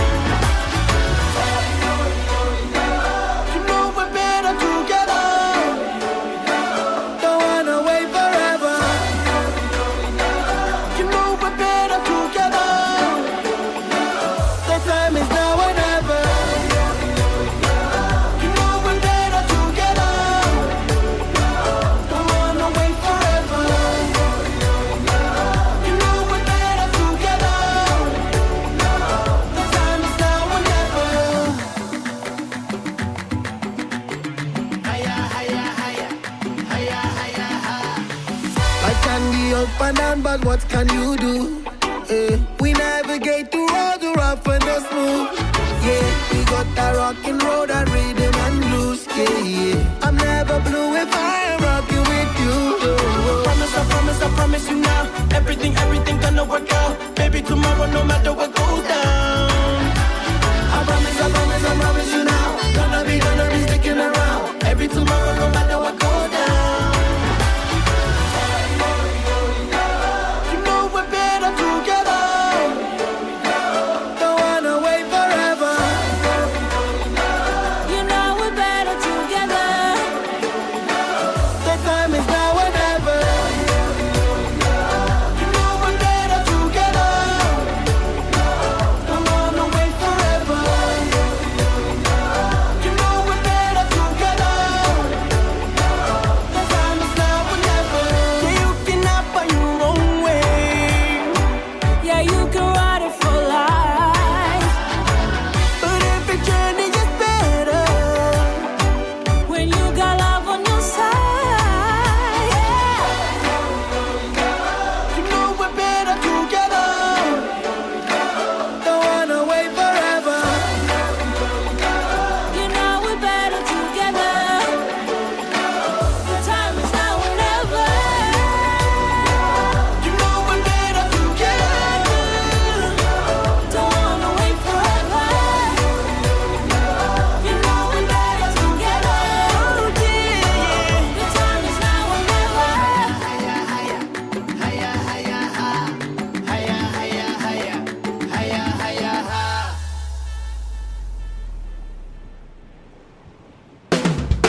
You know we're better together. Don't wanna wait forever. You know we're better together. The time is now or never. Up and down, but what can you do? We navigate through all the rough and the smooth. Yeah, we got that rockin' road and rhythm and blues. Yeah. I'm never blue if I am rocking with you. I promise you now. Everything gonna work out. Baby, tomorrow, no matter what goes down. I promise you now. Gonna be sticking around. Every tomorrow, no matter what goes down.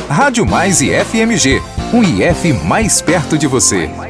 Rádio Mais e FMG, um IF mais perto de você.